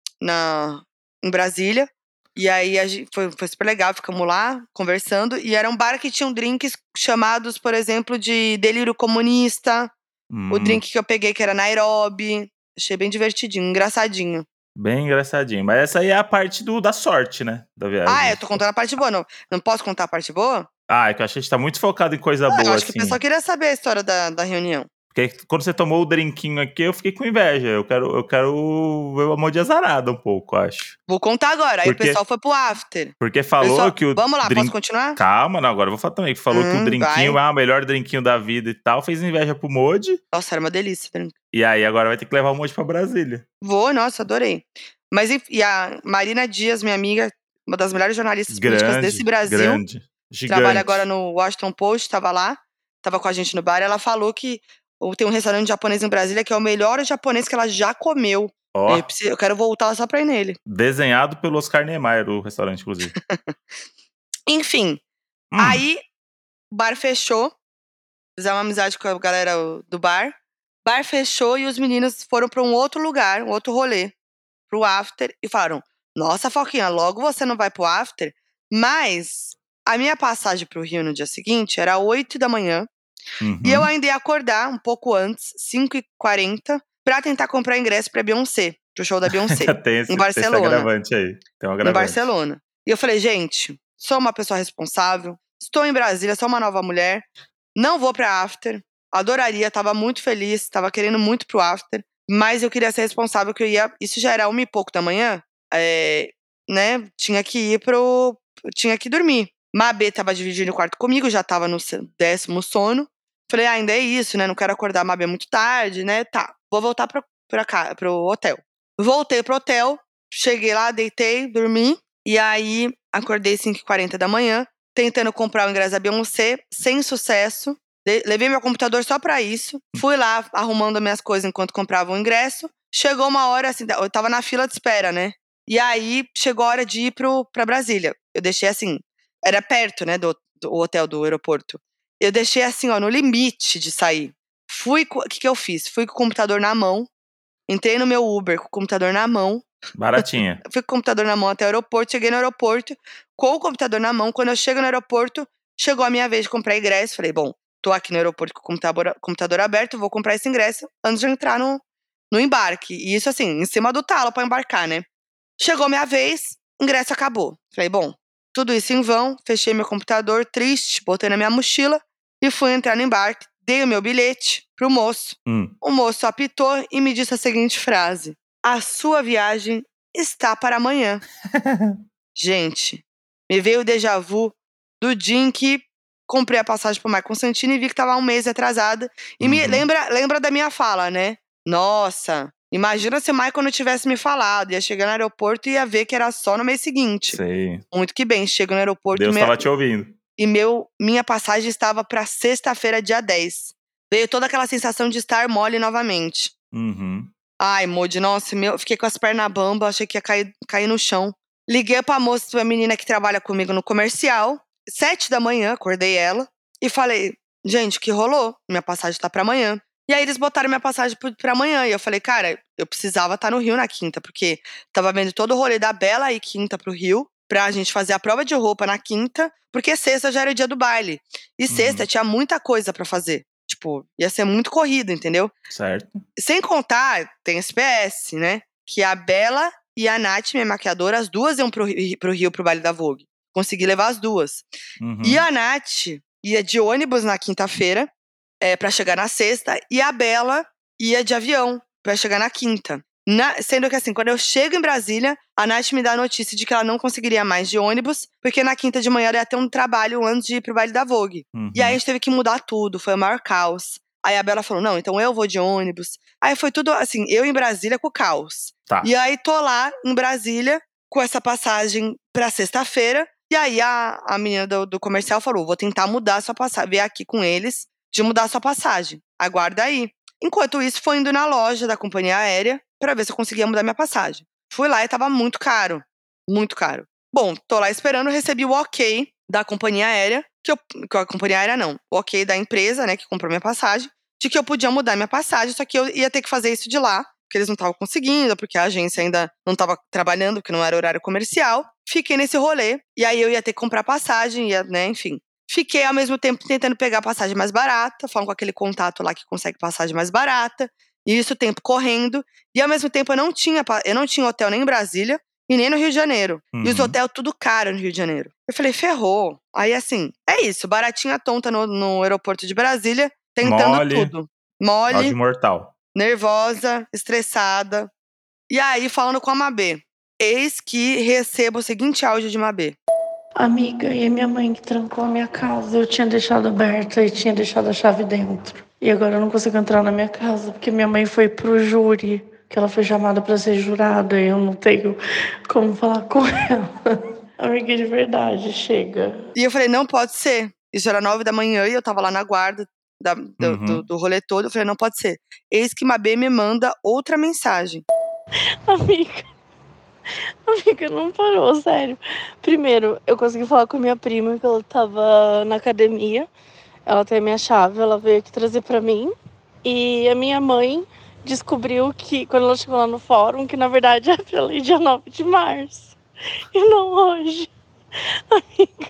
em Brasília. E aí foi super legal, ficamos lá conversando. E era um bar que tinha drinks chamados, por exemplo, de delírio comunista. O Hum, drink que eu peguei, que era Nairobi. Achei bem divertidinho, engraçadinho. bem engraçadinho. Mas essa aí é a parte da sorte, né? Da viagem. Eu tô contando a parte boa. Não, não posso contar a parte boa? Ah, é que eu acho que a gente tá muito focado em coisa Eu boa, acho que o assim. pessoal queria saber a história da reunião. Porque quando você tomou o drinquinho aqui, eu fiquei com inveja. Eu quero ver o amor de azarada um pouco, acho. Vou contar agora. Aí o Porque, pessoal foi pro after. porque falou que o Vamos lá, posso drink. continuar? Calma, não, agora eu vou falar também. Que falou que o drinquinho Vai. é o melhor drinquinho da vida e tal. Fez inveja pro Modi. Nossa, era uma delícia. E aí agora vai ter que levar o Modi pra Brasília. Vou, nossa, adorei. Mas e a Marina Dias, minha amiga, uma das melhores jornalistas políticas desse Grande, Brasil, grande. trabalha agora Gigante. no Washington Post, estava lá, estava com a gente no bar, e ela falou que tem um restaurante japonês em Brasília que é o melhor japonês que ela já comeu. Ó, Eu quero voltar só pra ir nele. desenhado pelo Oscar Niemeyer, o restaurante, inclusive. Enfim, Hum, aí o bar fechou, fizemos uma amizade com a galera do bar. Bar fechou e os meninos foram pra um outro lugar, um outro rolê, pro after, e falaram: Nossa, Foquinha, logo você não vai pro after? Mas a minha passagem pro Rio no dia seguinte era 8 da manhã. E eu uhum. ainda ia acordar um pouco antes, 5h40, pra tentar comprar ingresso pra Beyoncé, pro show da Beyoncé, tem em esse Barcelona. agravante aí. Tem um Em agravante. Barcelona. E eu falei, gente, sou uma pessoa responsável, estou em Brasília, sou uma nova mulher, não vou pra after, adoraria, tava muito feliz, tava querendo muito pro after, mas eu queria ser responsável, que eu ia. Isso já era 1h pouco da manhã, né? Tinha que dormir. Mabê tava dividindo o quarto comigo, já tava no 10º sono. Falei, ainda é isso, né? Não quero acordar a Mabê muito tarde, né? Tá, vou voltar pro hotel. Voltei pro hotel, cheguei lá, deitei, dormi. E aí, acordei 5h40 da manhã, tentando comprar o ingresso da Beyoncé, sem sucesso. Levei meu computador só pra isso. Fui lá arrumando minhas coisas enquanto comprava o ingresso. Chegou uma hora, assim, eu tava na fila de espera, né? E aí, chegou a hora de ir pra Brasília. Eu deixei assim, era perto, né, do hotel do aeroporto. Eu deixei assim, ó, no limite de sair. O que que eu fiz? Fui com o computador na mão, entrei no meu Uber com o computador na mão, Baratinha. fui com o computador na mão até o aeroporto, cheguei no aeroporto com o computador na mão. Quando eu chego no aeroporto, chegou a minha vez de comprar ingresso. Falei, bom, tô aqui no aeroporto com o computador aberto, vou comprar esse ingresso antes de entrar no embarque. E isso assim, em cima do talo pra embarcar, né? Chegou minha vez, ingresso acabou. Falei, bom, tudo isso em vão, fechei meu computador, triste, botei na minha mochila e fui entrar no embarque. Dei o meu bilhete pro moço. O moço apitou e me disse a seguinte frase: a sua viagem está para amanhã. Gente, me veio o déjà vu do dia em que comprei a passagem pro Maicon Santini e vi que tava 1 mês atrasada. E me lembra da minha fala, né? Nossa, imagina se o Maicon não tivesse me falado. Ia chegar no aeroporto e ia ver que era só no mês seguinte. Sei. Muito que bem, chego no aeroporto. Deus estava te ouvindo. E minha passagem estava pra sexta-feira, dia 10. Veio toda aquela sensação de estar mole novamente. Ai, Modi, nossa, fiquei com as pernas bambas, achei que ia cair no chão. Liguei pra moça, pra menina que trabalha comigo no comercial. 7 da manhã, acordei ela. E falei, gente, o que rolou? Minha passagem tá pra amanhã. E aí eles botaram minha passagem pra amanhã. E eu falei, cara, eu precisava estar no Rio na quinta. Porque tava vendo todo o rolê da Bela e quinta pro Rio. Pra gente fazer a prova de roupa na quinta. Porque sexta já era o dia do baile. E sexta tinha muita coisa pra fazer. Tipo, ia ser muito corrido, entendeu? Certo. Sem contar, tem esse PS, né? Que a Bela e a Nath, minha maquiadora, as duas iam pro Rio, pro baile da Vogue. Consegui levar as duas. E a Nath ia de ônibus na quinta-feira, pra chegar na sexta, e a Bela ia de avião pra chegar na quinta. Sendo que assim, quando eu chego em Brasília, a Nath me dá a notícia de que ela não conseguiria mais de ônibus, porque na quinta de manhã ela ia ter um trabalho antes de ir pro baile da Vogue. E aí a gente teve que mudar tudo, foi o maior caos. Aí a Bela falou, não, então eu vou de ônibus. Aí foi tudo assim, eu em Brasília com o caos. Tá. E aí tô lá em Brasília com essa passagem pra sexta-feira. E aí a menina do comercial falou, vou tentar mudar a sua passagem, ver aqui com eles de mudar a sua passagem. Aguarda aí. Enquanto isso, foi indo na loja da companhia aérea pra ver se eu conseguia mudar minha passagem. Fui lá e tava muito caro. Muito caro. Bom, tô lá esperando, recebi o ok da companhia aérea, que a companhia aérea não, o ok da empresa, né, que comprou minha passagem, de que eu podia mudar minha passagem, só que eu ia ter que fazer isso de lá, porque eles não estavam conseguindo, porque a agência ainda não estava trabalhando, porque não era horário comercial. Fiquei nesse rolê, e aí eu ia ter que comprar passagem, né, enfim. Fiquei, ao mesmo tempo, tentando pegar passagem mais barata, falando com aquele contato lá que consegue passagem mais barata, e isso o tempo correndo, e ao mesmo tempo eu não tinha hotel nem em Brasília, e nem no Rio de Janeiro. E os hotéis tudo caro no Rio de Janeiro. Eu falei, ferrou. Aí assim, é isso, baratinha tonta no aeroporto de Brasília, tentando tudo. Mole, áudio mortal. Nervosa, estressada. E aí, falando com a Mabê. Eis que recebo o seguinte áudio de Mabê. Amiga, e a minha mãe que trancou a minha casa. Eu tinha deixado aberta e tinha deixado a chave dentro. E agora eu não consigo entrar na minha casa porque minha mãe foi pro júri, que ela foi chamada pra ser jurada e eu não tenho como falar com ela. Amiga, de verdade, chega. E eu falei, não pode ser. Isso era 9 da manhã e eu tava lá na guarda do rolê todo. Eu falei, não pode ser. Eis que Mabê me manda outra mensagem. Amiga, não parou, sério. Primeiro, eu consegui falar com a minha prima, que ela tava na academia. Ela tem a minha chave, ela veio aqui trazer pra mim. E a minha mãe descobriu que, quando ela chegou lá no fórum, que na verdade é pra ler dia 9 de março. E não hoje. Amiga,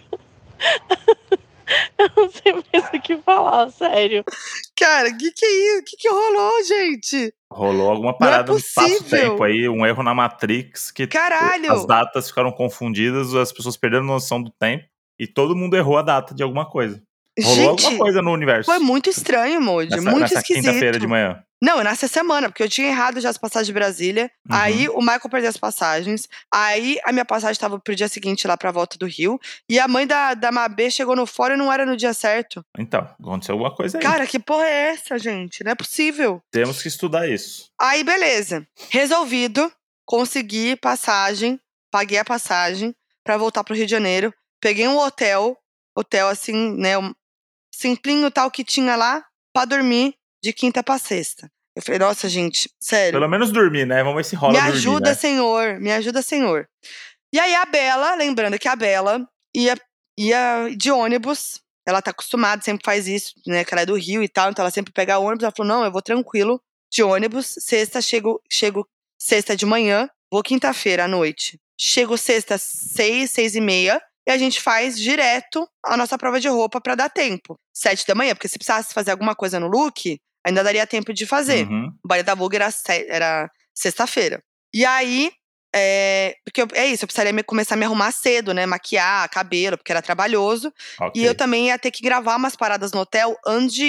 eu não sei mais o que falar, sério. Cara, que é isso? Que rolou, gente? Rolou alguma parada no possível. espaço-tempo aí, um erro na Matrix, que Caralho! as datas ficaram confundidas, as pessoas perderam noção do tempo, e todo mundo errou a data de alguma coisa. Rolou Gente, alguma coisa no universo. Foi muito estranho, Modi. Muito nessa esquisito. quinta-feira de manhã. Não, nessa semana, porque eu tinha errado já as passagens de Brasília. Aí o Michael perdeu as passagens. Aí a minha passagem estava pro dia seguinte lá pra volta do Rio. E a mãe da Mabê chegou no fórum e não era no dia certo. Então, aconteceu alguma coisa aí. Cara, que porra é essa, gente? Não é possível. Temos que estudar isso. Aí, beleza. Resolvido. Consegui passagem. Paguei a passagem pra voltar pro Rio de Janeiro. Peguei um hotel assim, né, simplinho tal que tinha lá, pra dormir de quinta pra sexta. Eu falei, nossa, gente, sério. Pelo menos dormir, né? Vamos ver se rola dormir, Me ajuda, né? Senhor, me ajuda, Senhor. E aí a Bela, lembrando que a Bela ia de ônibus, ela tá acostumada, sempre faz isso, né, que ela é do Rio e tal, então ela sempre pega ônibus, ela falou, não, eu vou tranquilo, de ônibus, sexta, chego sexta de manhã, vou quinta-feira à noite. Chego sexta, 6h30, e a gente faz direto a nossa prova de roupa pra dar tempo. 7 da manhã, porque se precisasse fazer alguma coisa no look, ainda daria tempo de fazer. O baile da Vogue era sexta-feira. E aí, porque é isso, eu precisaria começar a me arrumar cedo, né? Maquiar, cabelo, porque era trabalhoso. Okay. E eu também ia ter que gravar umas paradas no hotel antes de ir.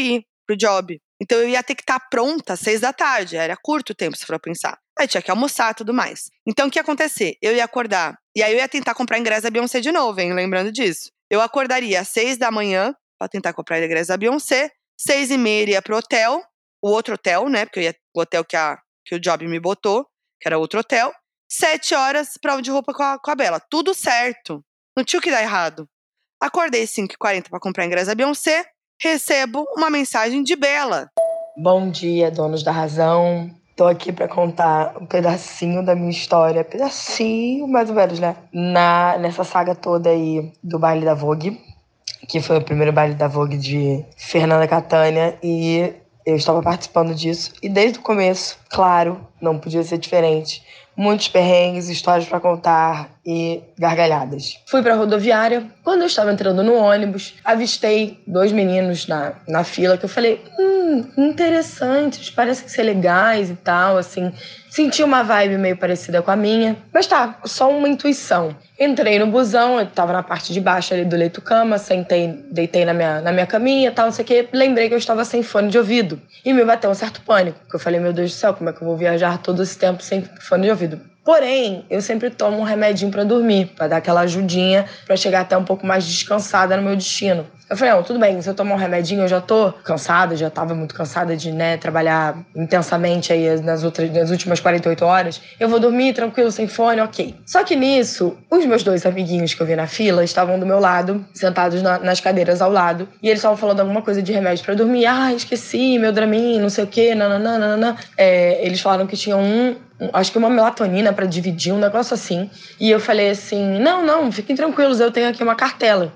pro job. Então eu ia ter que estar pronta às 6 da tarde, era curto o tempo, se for pensar. Aí tinha que almoçar e tudo mais. Então o que ia acontecer? Eu ia acordar, e aí eu ia tentar comprar ingresso da Beyoncé de novo, hein, lembrando disso. Eu acordaria às 6 da manhã, pra tentar comprar ingresso da Beyoncé, 6h30 ia pro hotel, o outro hotel, né, porque eu ia o hotel que o job me botou, que era outro hotel, 7 horas, prova de roupa com a Bela. Tudo certo. Não tinha o que dar errado. Acordei 5h40 pra comprar ingresso da Beyoncé, recebo uma mensagem de Bela. Bom dia, donos da razão. Tô aqui pra contar um pedacinho da minha história. Pedacinho, mais ou menos, né? Nessa saga toda aí do baile da Vogue, que foi o primeiro baile da Vogue de Fernanda Catânia, e eu estava participando disso. E desde o começo, claro, não podia ser diferente. Muitos perrengues, histórias pra contar e gargalhadas. Fui pra rodoviária. Quando eu estava entrando no ônibus, avistei 2 meninos na fila que eu falei, interessantes, parecem ser legais e tal, assim. Senti uma vibe meio parecida com a minha, mas tá, só uma intuição. Entrei no busão, eu tava na parte de baixo ali do leito-cama, sentei, deitei na minha caminha e tal, não sei o quê. Lembrei que eu estava sem fone de ouvido. E me bateu um certo pânico, porque eu falei, meu Deus do céu, como é que eu vou viajar todo esse tempo sem fone de ouvido? Porém, eu sempre tomo um remedinho pra dormir, pra dar aquela ajudinha, pra chegar até um pouco mais descansada no meu destino. Eu falei, não, tudo bem, se eu tomar um remedinho, eu já tô cansada, já tava muito cansada de, trabalhar intensamente aí nas últimas 48 horas. Eu vou dormir tranquilo, sem fone, ok. Só que nisso, os meus 2 amiguinhos que eu vi na fila estavam do meu lado, sentados nas cadeiras ao lado, e eles estavam falando alguma coisa de remédio pra dormir. Ah, esqueci, meu Dramin, não sei o quê, nananana. Eles falaram que tinham acho que uma melatonina pra dividir, um negócio assim. E eu falei assim, não, fiquem tranquilos, eu tenho aqui uma cartela.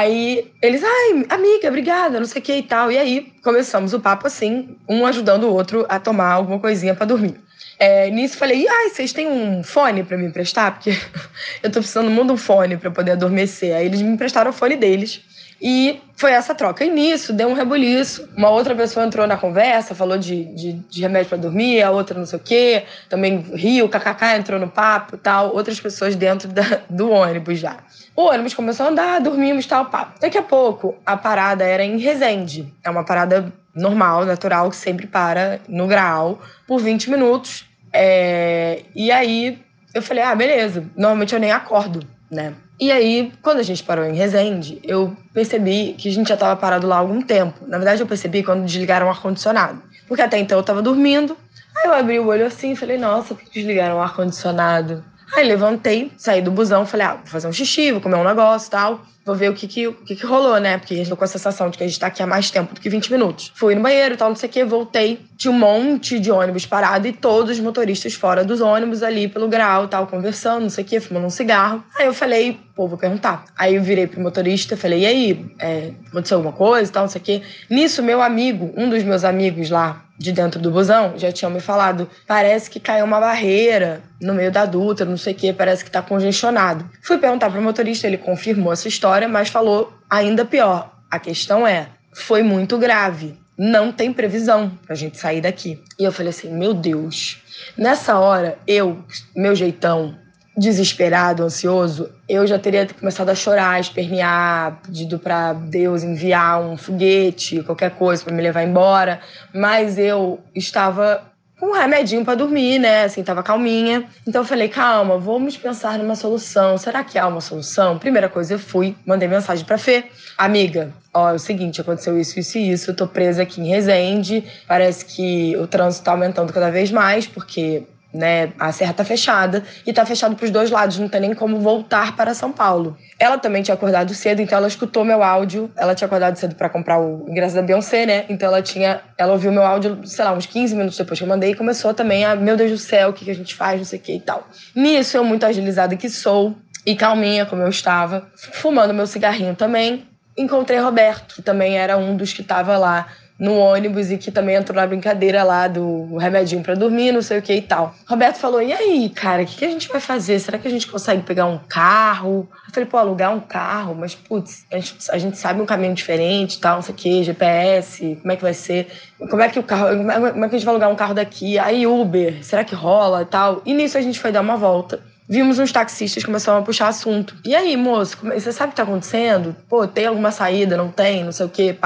Aí eles, ai, amiga, obrigada, não sei o que e tal. E aí começamos o papo assim, um ajudando o outro a tomar alguma coisinha pra dormir. Nisso falei, ai, vocês têm um fone pra me emprestar? Porque eu tô precisando muito de um fone pra poder adormecer. Aí eles me emprestaram o fone deles. E foi essa troca. E nisso, deu um rebuliço. Uma outra pessoa entrou na conversa, falou de remédio pra dormir, a outra não sei o quê. Também riu, kkk, entrou no papo e tal. Outras pessoas dentro do ônibus já. O ônibus começou a andar, dormimos, tal, papo. Daqui a pouco, a parada era em Resende. É uma parada normal, natural, que sempre para no Graal por 20 minutos. E aí, eu falei, beleza. Normalmente eu nem acordo, né? E aí, quando a gente parou em Resende, eu percebi que a gente já estava parado lá há algum tempo. Na verdade, eu percebi quando desligaram o ar-condicionado. Porque até então eu estava dormindo. Aí eu abri o olho assim e falei, nossa, por que desligaram o ar-condicionado? Aí levantei, saí do busão, falei, vou fazer um xixi, vou comer um negócio e tal. Vou ver o que rolou, né? Porque a gente tô com a sensação de que a gente tá aqui há mais tempo do que 20 minutos. Fui no banheiro e tal, não sei o quê, voltei. Tinha um monte de ônibus parado e todos os motoristas fora dos ônibus ali pelo Graal e tal, conversando, não sei o quê, fumando um cigarro. Aí eu falei, vou perguntar. Aí eu virei pro motorista, falei, e aí, aconteceu alguma coisa e tal, não sei o quê. Nisso, meu amigo, um dos meus amigos lá, de dentro do busão, já tinham me falado, parece que caiu uma barreira no meio da dutra, não sei o que, parece que tá congestionado. Fui perguntar pro motorista, ele confirmou essa história, mas falou ainda pior. A questão foi muito grave. Não tem previsão pra gente sair daqui. E eu falei assim, meu Deus. Nessa hora, meu jeitão, desesperado, ansioso, eu já teria começado a chorar, a espernear, pedido pra Deus enviar um foguete, qualquer coisa pra me levar embora. Mas eu estava com um remedinho pra dormir, né? Assim, tava calminha. Então eu falei, calma, vamos pensar numa solução. Será que há uma solução? Primeira coisa, eu fui, mandei mensagem pra Fê. Amiga, é o seguinte, aconteceu isso, isso e isso. Eu tô presa aqui em Resende. Parece que o trânsito tá aumentando cada vez mais, porque a serra tá fechada e tá fechado pros 2 lados, não tem nem como voltar para São Paulo. Ela também tinha acordado cedo, então ela escutou meu áudio. Ela tinha acordado cedo pra comprar o ingresso da Beyoncé, né? Então ela ouviu meu áudio, sei lá, uns 15 minutos depois que eu mandei e começou também meu Deus do céu, o que a gente faz, não sei o que e tal. Nisso, eu muito agilizada que sou e calminha como eu estava, fumando meu cigarrinho também, encontrei Roberto, que também era um dos que tava lá no ônibus e que também entrou na brincadeira lá do remedinho pra dormir, não sei o que e tal. Roberto falou, e aí, cara, o que a gente vai fazer? Será que a gente consegue pegar um carro? Eu falei, alugar um carro? Mas, putz, a gente sabe um caminho diferente e tal, não sei o que, GPS, como é que vai ser? Como é que a gente vai alugar um carro daqui? Aí Uber, será que rola e tal? E nisso a gente foi dar uma volta. Vimos uns taxistas começando a puxar assunto. E aí, moço, você sabe o que tá acontecendo? Tem alguma saída? Não tem? Não sei o quê, pá.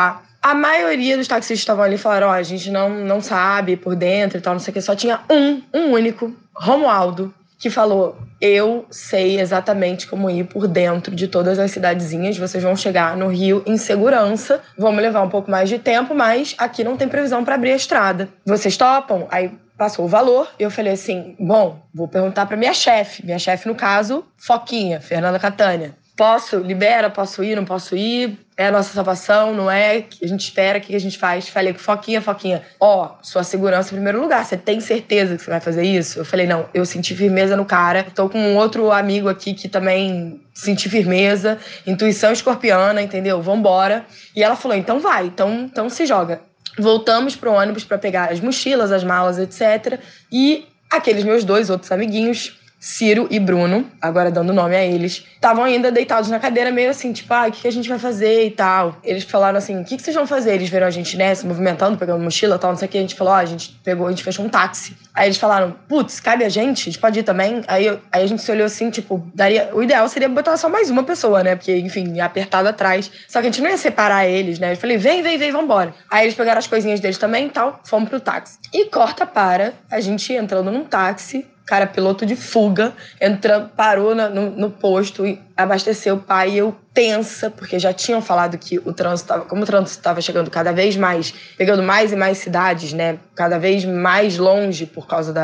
A maioria dos taxistas que estavam ali falaram, a gente não sabe por dentro e tal, não sei o que. Só tinha um único, Romualdo, que falou, eu sei exatamente como ir por dentro de todas as cidadezinhas, vocês vão chegar no Rio em segurança, vamos levar um pouco mais de tempo, mas aqui não tem previsão para abrir a estrada. Vocês topam? Aí passou o valor, e eu falei assim, bom, vou perguntar para minha chefe, no caso, Foquinha, Fernanda Catânia. Posso? Libera? Posso ir? Não posso ir? É a nossa salvação, não é? A gente espera, o que a gente faz? Falei com Foquinha, sua segurança em primeiro lugar, você tem certeza que você vai fazer isso? Eu falei, não, eu senti firmeza no cara, tô com um outro amigo aqui que também senti firmeza, intuição escorpiana, entendeu? Vambora. E ela falou, então vai, então se joga. Voltamos pro ônibus pra pegar as mochilas, as malas, etc. E aqueles meus 2 outros amiguinhos, Ciro e Bruno, agora dando nome a eles, estavam ainda deitados na cadeira, meio assim, tipo, o que a gente vai fazer e tal. Eles falaram assim, o que vocês vão fazer? Eles viram a gente, né, se movimentando, pegando mochila e tal, não sei o que. A gente falou, a gente fechou um táxi. Aí eles falaram, putz, cabe a gente pode ir também? Aí a gente se olhou assim, tipo, o ideal seria botar só mais uma pessoa, né, porque, enfim, apertado atrás. Só que a gente não ia separar eles, né. Eu falei, vem, vambora. Aí eles pegaram as coisinhas deles também e tal, fomos pro táxi. E corta para a gente entrando num táxi, cara, piloto de fuga, parou no posto e abasteceu o pai, e eu tensa, porque já tinham falado que o trânsito estava chegando cada vez mais, pegando mais e mais cidades, né, cada vez mais longe por causa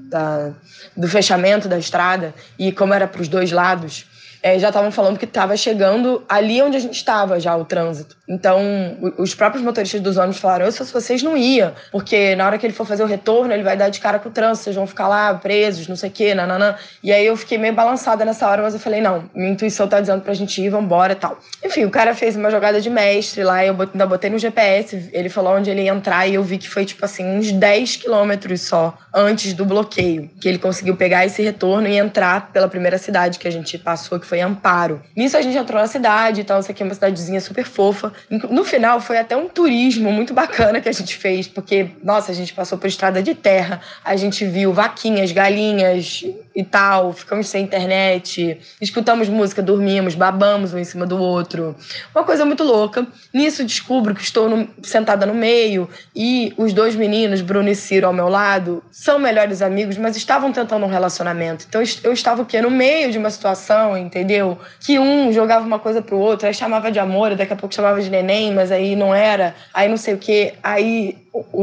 do fechamento da estrada, e como era para os 2 lados, já estavam falando que estava chegando ali onde a gente estava já, o trânsito. Então, os próprios motoristas dos ônibus falaram, se vocês não iam, porque na hora que ele for fazer o retorno, ele vai dar de cara com o trânsito, vocês vão ficar lá presos, não sei o quê, nananã. E aí eu fiquei meio balançada nessa hora, mas eu falei, não, minha intuição tá dizendo pra gente ir, vambora e tal. Enfim, o cara fez uma jogada de mestre lá, eu ainda botei no GPS, ele falou onde ele ia entrar, e eu vi que foi, tipo assim, uns 10 quilômetros só antes do bloqueio, que ele conseguiu pegar esse retorno e entrar pela primeira cidade que a gente passou, que foi Amparo. Nisso a gente entrou na cidade e tal, isso aqui é uma cidadezinha super fofa. No final foi até um turismo muito bacana que a gente fez, porque, nossa, a gente passou por estrada de terra, a gente viu vaquinhas, galinhas e tal, ficamos sem internet, escutamos música, dormimos, babamos um em cima do outro. Uma coisa muito louca. Nisso descubro que estou sentada no meio e os 2 meninos, Bruno e Ciro, ao meu lado, são melhores amigos, mas estavam tentando um relacionamento. Então eu estava o quê? No meio de uma situação, entendeu? Que um jogava uma coisa pro outro, aí chamava de amor, e daqui a pouco chamava de neném, mas aí não era, aí não sei o quê. Aí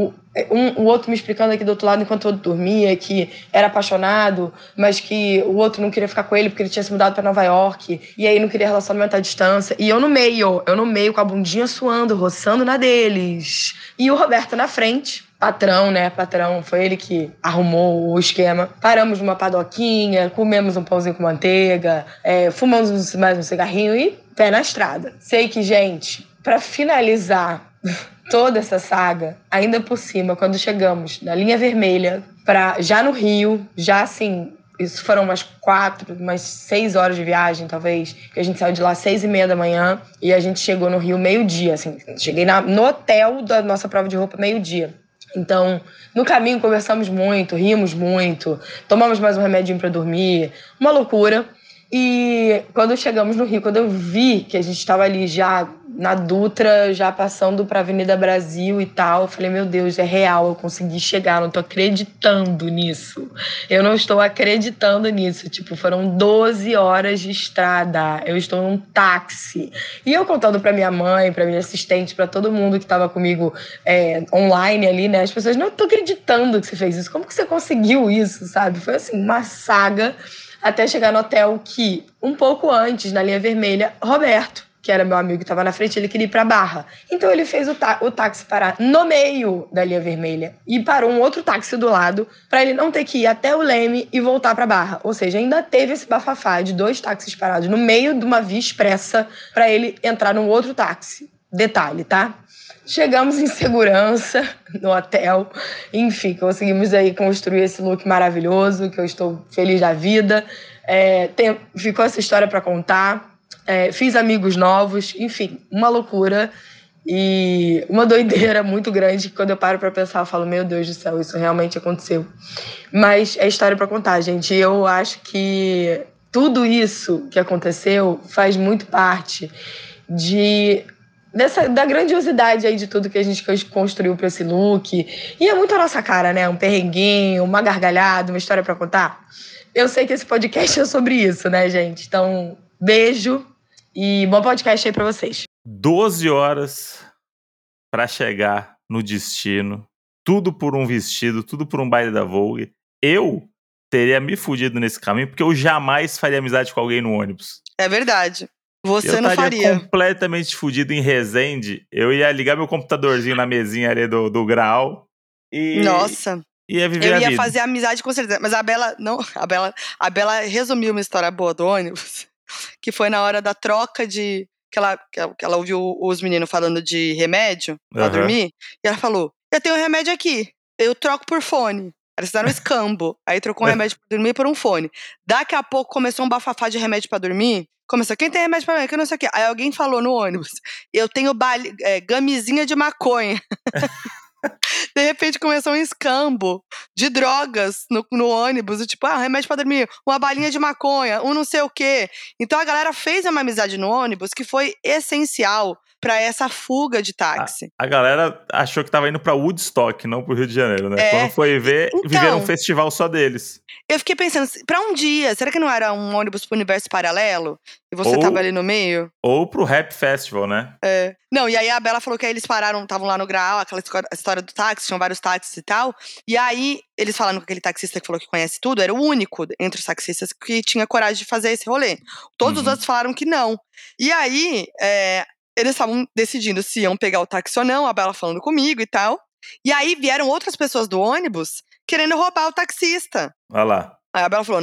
o outro me explicando aqui do outro lado enquanto o outro dormia, que era apaixonado, mas que o outro não queria ficar com ele porque ele tinha se mudado pra Nova York, e aí não queria relacionamento à distância. E eu no meio com a bundinha suando, roçando na deles. E o Roberto na frente, patrão, foi ele que arrumou o esquema. Paramos numa padoquinha, comemos um pãozinho com manteiga, fumamos mais um cigarrinho e pé na estrada. Sei que, gente, pra finalizar toda essa saga, ainda por cima, quando chegamos na linha vermelha, já no Rio, já assim, isso foram umas 6 horas de viagem, talvez, que a gente saiu de lá às 6h30 da manhã e a gente chegou no Rio meio-dia, assim, cheguei no hotel da nossa prova de roupa meio-dia. Então, no caminho conversamos muito, rimos muito, tomamos mais um remedinho pra dormir, uma loucura. E quando chegamos no Rio, quando eu vi que a gente estava ali já na Dutra, já passando pra Avenida Brasil e tal, eu falei, meu Deus, é real, eu consegui chegar, não tô acreditando nisso. Eu não estou acreditando nisso. Tipo, foram 12 horas de estrada, eu estou num táxi. E eu contando pra minha mãe, pra minha assistente, pra todo mundo que tava comigo online ali, né? As pessoas, não tô acreditando que você fez isso, como que você conseguiu isso, sabe? Foi assim, uma saga até chegar no hotel que, um pouco antes, na linha vermelha, Roberto, que era meu amigo que estava na frente, ele queria ir pra Barra. Então ele fez o táxi parar no meio da linha vermelha e parou um outro táxi do lado para ele não ter que ir até o Leme e voltar pra Barra. Ou seja, ainda teve esse bafafá de 2 táxis parados no meio de uma via expressa para ele entrar num outro táxi. Detalhe, tá? Chegamos em segurança no hotel, enfim, conseguimos aí construir esse look maravilhoso, que eu estou feliz da vida. Ficou essa história para contar, fiz amigos novos, enfim, uma loucura e uma doideira muito grande, que quando eu paro para pensar, eu falo, meu Deus do céu, isso realmente aconteceu. Mas é história para contar, gente, e eu acho que tudo isso que aconteceu faz muito parte de da grandiosidade aí de tudo que a gente construiu pra esse look. E é muito a nossa cara, né? Um perrenguinho, uma gargalhada, uma história pra contar. Eu sei que esse podcast é sobre isso, né, gente? Então, beijo e bom podcast aí pra vocês. 12 horas pra chegar no destino. Tudo por um vestido, tudo por um baile da Vogue. Eu teria me fudido nesse caminho, porque eu jamais faria amizade com alguém no ônibus. É verdade. Você Eu não estaria faria. completamente fudido em Resende. Eu ia ligar meu computadorzinho na mesinha ali do Graal e Nossa. ia viver Eu a ia vida. fazer amizade com certeza. Mas a Bela resumiu uma história boa do ônibus, que foi na hora da troca de... Que ela ouviu os meninos falando de remédio pra dormir. E ela falou, eu tenho um remédio aqui, eu troco por fone. Eles fizeram um escambo. Aí trocou um remédio pra dormir por um fone. Daqui a pouco começou um bafafá de remédio pra dormir. Começou, quem tem remédio pra dormir? Que não sei o quê. Aí alguém falou no ônibus, eu tenho gamizinha de maconha. De repente começou um escambo de drogas no ônibus. E tipo, remédio pra dormir, uma balinha de maconha, um não sei o quê. Então a galera fez uma amizade no ônibus que foi essencial pra essa fuga de táxi. A galera achou que tava indo pra Woodstock, não pro Rio de Janeiro, né? É. Quando foi ver, Então, viveram um festival só deles. Eu fiquei pensando, pra um dia, será que não era um ônibus pro universo paralelo? E você tava ali no meio? Ou pro Rap Festival, né? É. Não, e aí a Bela falou que aí eles pararam, estavam lá no Graal, aquela história do táxi, tinham vários táxis e tal. E aí, eles falaram com aquele taxista que falou que conhece tudo, era o único entre os taxistas que tinha coragem de fazer esse rolê. Todos os outros falaram que não. E aí, eles estavam decidindo se iam pegar o táxi ou não, a Bela falando comigo e tal. E aí vieram outras pessoas do ônibus querendo roubar o taxista. Olha lá. Aí a Bela falou,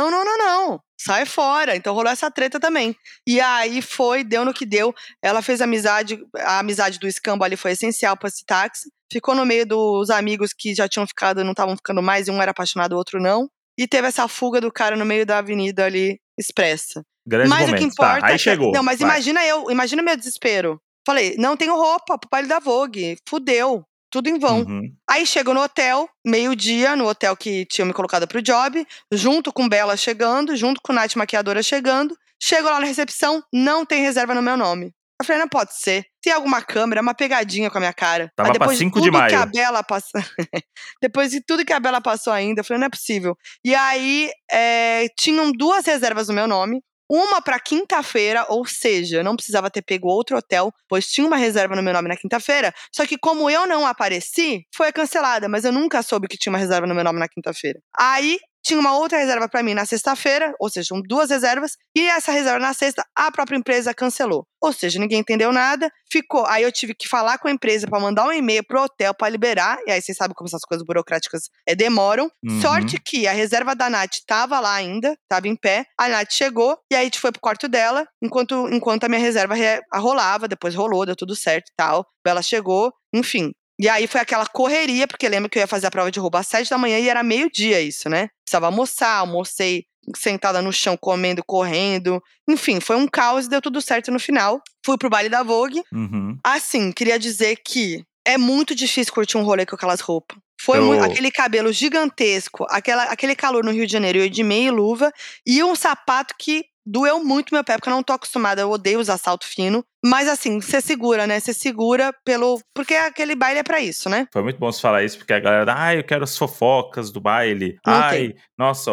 não, sai fora. Então rolou essa treta também. E aí deu no que deu. Ela fez a amizade do escambo ali foi essencial pra esse táxi. Ficou no meio dos amigos que já tinham ficado, não estavam ficando mais, e um era apaixonado, o outro não. E teve essa fuga do cara no meio da avenida ali, expressa. Grande Mas momento. o que importa Tá, aí chegou. Não, mas vai. imagina meu desespero. Falei, não tenho roupa pro baile da Vogue. Fudeu. Tudo em vão. Aí chego no hotel, meio-dia, no hotel que tinha me colocado pro job, junto com Bela chegando, junto com Nath Maquiadora chegando. Chego lá na recepção, não tem reserva no meu nome. Eu falei, não pode ser. Tem alguma câmera, uma pegadinha com a minha cara. Tava pra 5 de maio. Que a Bela passou... Depois de tudo que a Bela passou ainda, eu falei, não é possível. E aí, tinham 2 reservas no meu nome. Uma pra quinta-feira, ou seja, eu não precisava ter pego outro hotel, pois tinha uma reserva no meu nome na quinta-feira. Só que como eu não apareci, foi cancelada, mas eu nunca soube que tinha uma reserva no meu nome na quinta-feira. Aí tinha uma outra reserva pra mim na sexta-feira, ou seja, 2 reservas, e essa reserva na sexta a própria empresa cancelou. Ou seja, ninguém entendeu nada, ficou. Aí eu tive que falar com a empresa pra mandar um e-mail pro hotel pra liberar, e aí vocês sabem como essas coisas burocráticas demoram. Sorte que a reserva da Nath tava lá ainda, tava em pé, a Nath chegou, e aí a gente foi pro quarto dela, enquanto a minha reserva rolava, depois rolou, deu tudo certo e tal. Ela chegou, enfim. E aí foi aquela correria, porque lembra que eu ia fazer a prova de roubo às 7 da manhã e era meio-dia isso, né? Precisava almocei sentada no chão, comendo, correndo. Enfim, foi um caos e deu tudo certo no final. Fui pro baile da Vogue. Assim, queria dizer que é muito difícil curtir um rolê com aquelas roupas. Foi aquele cabelo gigantesco, aquele calor no Rio de Janeiro, eu de meia e luva, e um sapato que doeu muito meu pé, porque eu não tô acostumada, eu odeio usar salto fino. Mas assim, você segura, né? Você segura porque aquele baile é pra isso, né? Foi muito bom você falar isso, porque a galera, eu quero as fofocas do baile. Nossa,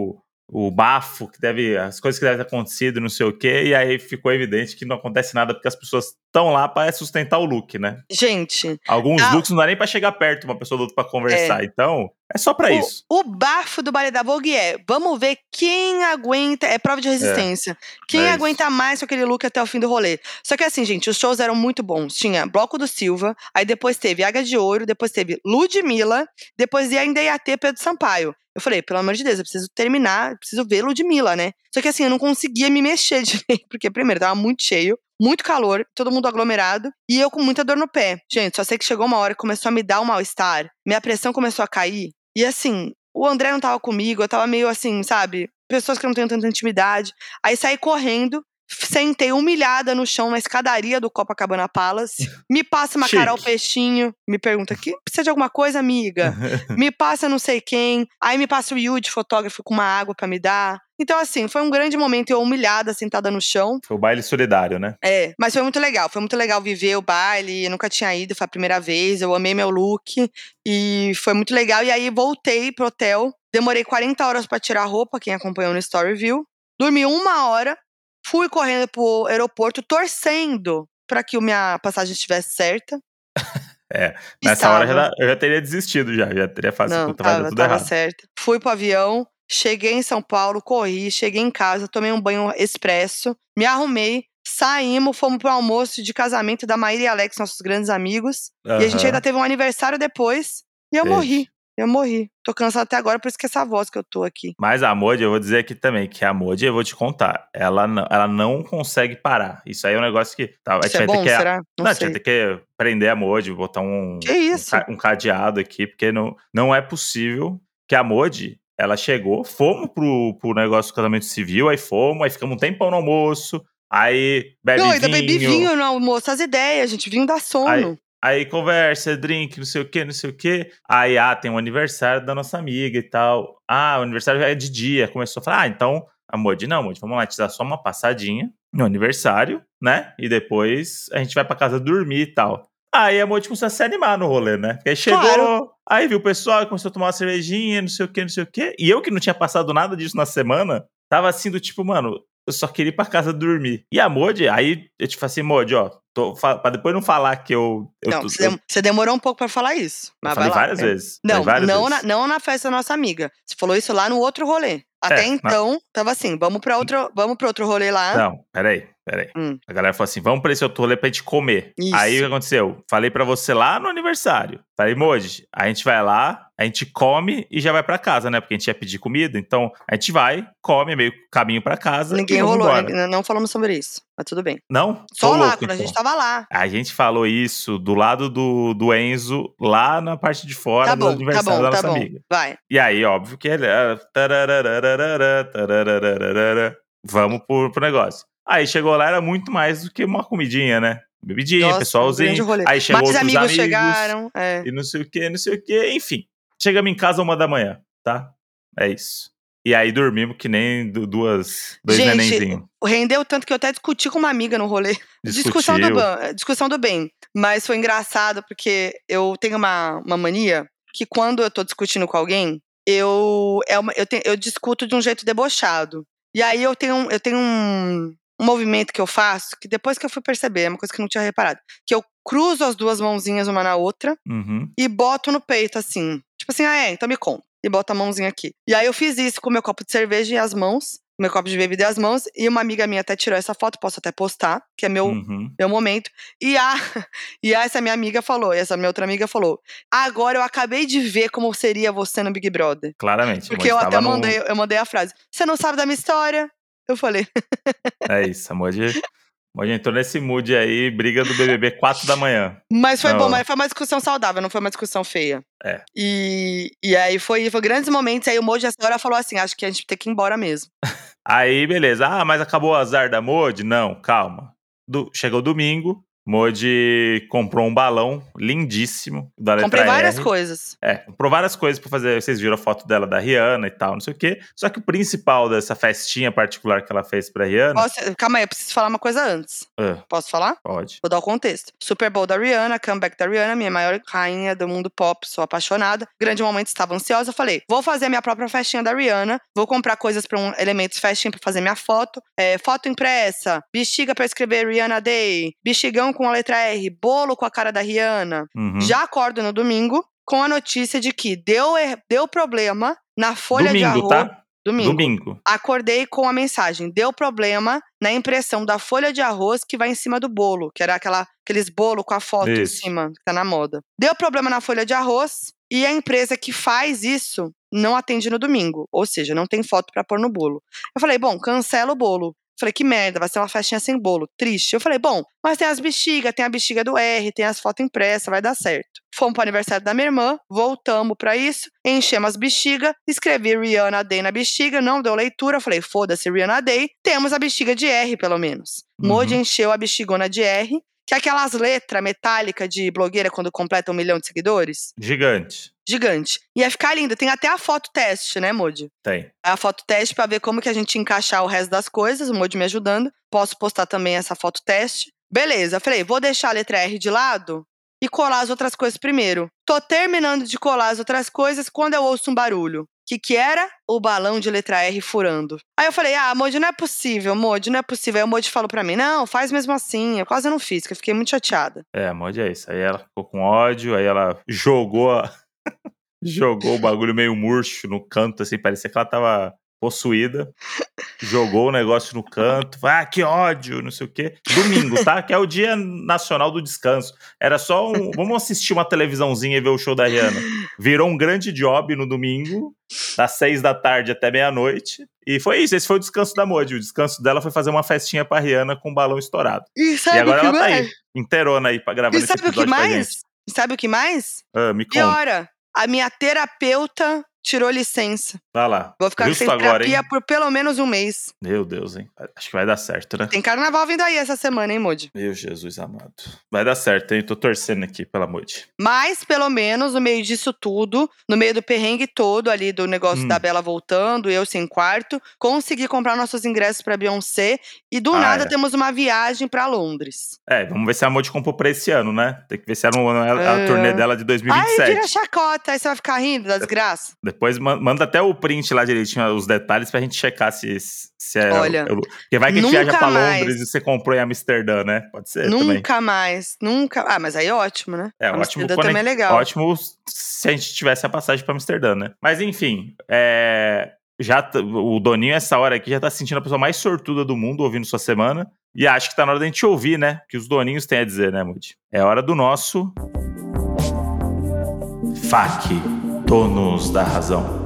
o bafo, as coisas que devem ter acontecido, não sei o quê. E aí ficou evidente que não acontece nada, porque as pessoas estão lá pra sustentar o look, né? Gente... Alguns looks não dá nem pra chegar perto uma pessoa do outro pra conversar. Então, é só pra isso. O bafo do baile da Vogue vamos ver quem aguenta, é prova de resistência. Quem aguenta mais com aquele look até o fim do rolê. Só que assim, gente, os shows eram muito bons. Tinha Bloco do Silva, aí depois teve Águia de Ouro, depois teve Ludmilla, depois ainda ia ter Pedro Sampaio. Eu falei, pelo amor de Deus, eu preciso terminar, preciso ver Ludmilla, né? Só que assim, eu não conseguia me mexer direito, porque primeiro, tava muito cheio, muito calor, todo mundo aglomerado, e eu com muita dor no pé. Gente, só sei que chegou uma hora que começou a me dar um mal-estar, minha pressão começou a cair, e assim, o André não tava comigo, eu tava meio assim, sabe? Pessoas que eu não tenho tanta intimidade. Aí saí correndo, Sentei humilhada no chão, na escadaria do Copacabana Palace. Me passa uma Chique. Carol Peixinho. Me pergunta, precisa de alguma coisa, amiga? Me passa não sei quem. Aí me passa o Yudi, fotógrafo, com uma água pra me dar. Então, assim, foi um grande momento. Eu humilhada, sentada no chão. Foi o baile solidário, né? Mas foi muito legal. Foi muito legal viver o baile. Eu nunca tinha ido, foi a primeira vez. Eu amei meu look. E foi muito legal. E aí, voltei pro hotel. Demorei 40 horas pra tirar a roupa, quem acompanhou no Story View. Dormi 1 hora. Fui correndo pro aeroporto, torcendo pra que a minha passagem estivesse certa. Nessa hora eu já teria desistido já teria falado, puta, vai dar tudo tava errado. certa. Fui pro avião, cheguei em São Paulo, corri, cheguei em casa, tomei um banho expresso, me arrumei, saímos, fomos pro almoço de casamento da Maíra e Alex, nossos grandes amigos. E a gente ainda teve um aniversário depois, e eu morri. Tô cansada até agora, por isso que essa voz que eu tô aqui. Mas a Modi, eu vou dizer aqui também, que a Modi, eu vou te contar, ela não consegue parar. Isso aí é um negócio que... a gente vai ter que, será? Não, a gente vai ter que prender a Modi, botar um cadeado aqui, porque não é possível que a Modi, ela chegou, fomos pro negócio do casamento civil, aí ficamos um tempão no almoço, aí bebe vinho. Ainda bebi vinho no almoço, as ideias, gente, vinho dá sono. Aí conversa, drink, não sei o quê. Aí, tem um aniversário da nossa amiga e tal. O aniversário já é de dia. Começou a falar, então, a Modi, vamos lá, te dar só uma passadinha no aniversário, né? E depois a gente vai pra casa dormir e tal. Aí a Modi começou a se animar no rolê, né? Porque aí chegou, aí viu o pessoal, começou a tomar uma cervejinha, não sei o quê. E eu que não tinha passado nada disso na semana, tava assim do tipo, mano, eu só queria ir pra casa dormir. E a Modi, aí eu te falei assim, Modi, pra depois não falar que você demorou um pouco pra falar isso. Mas falei várias vezes. Não na festa da nossa amiga. Você falou isso lá no outro rolê. Até então, tava assim, vamos pro outro rolê lá. Não, peraí. A galera falou assim, vamos pra esse outro rolê pra gente comer. Isso. Aí o que aconteceu? Falei pra você lá no aniversário. Falei, Modi, a gente vai lá, a gente come e já vai pra casa, né? Porque a gente ia pedir comida. Então, a gente vai, come, meio caminho pra casa. Ninguém rolou, não falamos sobre isso. Mas tudo bem. Não? Só lá, quando a gente tava lá. A gente falou isso do lado do Enzo, lá na parte de fora do aniversário da nossa amiga. Vai. E aí, óbvio que ele... Vamos pro negócio. Aí chegou lá, era muito mais do que uma comidinha, né? Bebidinha, pessoalzinho. Aí chegou outros amigos chegaram. E não sei o quê. Enfim, chegamos em casa 1 da manhã, tá? É isso. E aí dormimos que nem dois nenenzinhos. Rendeu tanto que eu até discuti com uma amiga no rolê. Discussão do bem. Mas foi engraçado porque eu tenho uma mania que quando eu tô discutindo com alguém, eu discuto de um jeito debochado. E aí eu tenho um movimento que eu faço, que depois que eu fui perceber, é uma coisa que eu não tinha reparado, que eu cruzo as duas mãozinhas uma na outra e boto no peito, assim. Tipo assim, então me conta. E boto a mãozinha aqui. E aí eu fiz isso com o meu copo de cerveja e as mãos, meu copo de bebida e as mãos, e uma amiga minha até tirou essa foto, posso até postar, que é meu momento. E essa minha amiga falou, e essa minha outra amiga falou, agora eu acabei de ver como seria você no Big Brother. Claramente. Porque eu até mandei a frase, você não sabe da minha história? Eu falei. É isso, a Modi entrou nesse mood aí, briga do BBB 4 da manhã. Mas foi bom, mas foi uma discussão saudável, não foi uma discussão feia. E aí foi grandes momentos, aí o Modi essa hora falou assim, acho que a gente tem que ir embora mesmo. Aí, beleza. Mas acabou o azar da Modi? Não, calma. Chegou domingo, Modi comprou um balão lindíssimo da letra Comprei várias R. coisas. Comprou várias coisas pra fazer. Vocês viram a foto dela da Rihanna e tal, não sei o quê. Só que o principal dessa festinha particular que ela fez pra Rihanna... Calma aí, eu preciso falar uma coisa antes. Posso falar? Pode. Vou dar o contexto. Super Bowl da Rihanna, comeback da Rihanna, minha maior rainha do mundo pop, sou apaixonada. Grande momento, estava ansiosa. Eu falei, vou fazer minha própria festinha da Rihanna, vou comprar coisas pra elementos festinha pra fazer minha foto. Foto impressa, bexiga pra escrever Rihanna Day, bexigão com a letra R, bolo com a cara da Rihanna. Já acordo no domingo com a notícia de que deu problema na folha de arroz. Tá? Domingo. Acordei com a mensagem, deu problema na impressão da folha de arroz que vai em cima do bolo, que era aqueles bolo com a foto em cima, que tá na moda. Deu problema na folha de arroz e a empresa que faz isso não atende no domingo, ou seja, não tem foto pra pôr no bolo. Eu falei, bom, cancela o bolo. Falei, que merda, vai ser uma festinha sem bolo. Triste. Eu falei, bom, mas tem as bexigas, tem a bexiga do R, tem as fotos impressas, vai dar certo. Fomos pro aniversário da minha irmã, voltamos pra isso, enchemos as bexigas, escrevi Rihanna Day na bexiga, não deu leitura, falei, foda-se, Rihanna Day, temos a bexiga de R, pelo menos. Moji encheu a bexigona de R, que é aquelas letras metálicas de blogueira quando completa 1 milhão de seguidores. Gigante. Ia ficar lindo. Tem até a foto teste, né, Moji? Tem. A foto teste pra ver como que a gente encaixar o resto das coisas, o Moji me ajudando. Posso postar também essa foto teste. Beleza, falei, vou deixar a letra R de lado e colar as outras coisas primeiro. Tô terminando de colar as outras coisas quando eu ouço um barulho. O que era? O balão de letra R furando. Aí eu falei, Moji, não é possível, Moji, não é possível. Aí o Moji falou pra mim, não, faz mesmo assim. Eu quase não fiz, que eu fiquei muito chateada. A Moji é isso. Aí ela ficou com ódio, aí ela jogou o bagulho meio murcho no canto, assim, parecia que ela tava possuída. Jogou o negócio no canto. Que ódio, não sei o quê. Domingo, tá? Que é o dia nacional do descanso. Era só vamos assistir uma televisãozinha e ver o show da Rihanna. Virou um grande job no domingo, das 6 da tarde até meia-noite. E foi isso, esse foi o descanso da Moji. O descanso dela foi fazer uma festinha pra Rihanna com o balão estourado. E agora ela tá aí, inteirona aí, gravando esse episódio pra gente. Sabe o que mais? Me conta. Piora, a minha terapeuta tirou licença. Vai lá. Vou ficar sem terapia por pelo menos 1 mês. Meu Deus, hein? Acho que vai dar certo, né? Tem carnaval vindo aí essa semana, hein, Moji? Meu Jesus amado. Vai dar certo, hein? Tô torcendo aqui pela Moji. Mas, pelo menos, no meio disso tudo, no meio do perrengue todo ali, do negócio da Bela voltando, eu sem quarto, consegui comprar nossos ingressos pra Beyoncé e do nada temos uma viagem pra Londres. Vamos ver se a Moji comprou pra esse ano, né? Tem que ver se era a turnê dela de 2027. Ai, vira chacota, aí você vai ficar rindo das graças. Depois manda até o print lá direitinho, os detalhes, pra gente checar se é... Olha, porque vai que a gente viaja pra Londres e você comprou em Amsterdã, né? Pode ser também. Nunca mais. Mas aí é ótimo, né? Ótimo. Amsterdã também é legal. Ótimo se a gente tivesse a passagem pra Amsterdã, né? Mas enfim, o Doninho, essa hora aqui, já tá se sentindo a pessoa mais sortuda do mundo ouvindo sua semana. E acho que tá na hora da gente ouvir, né? O que os Doninhos têm a dizer, né, Moji? É hora do nosso... FAQ, Donos da Razão.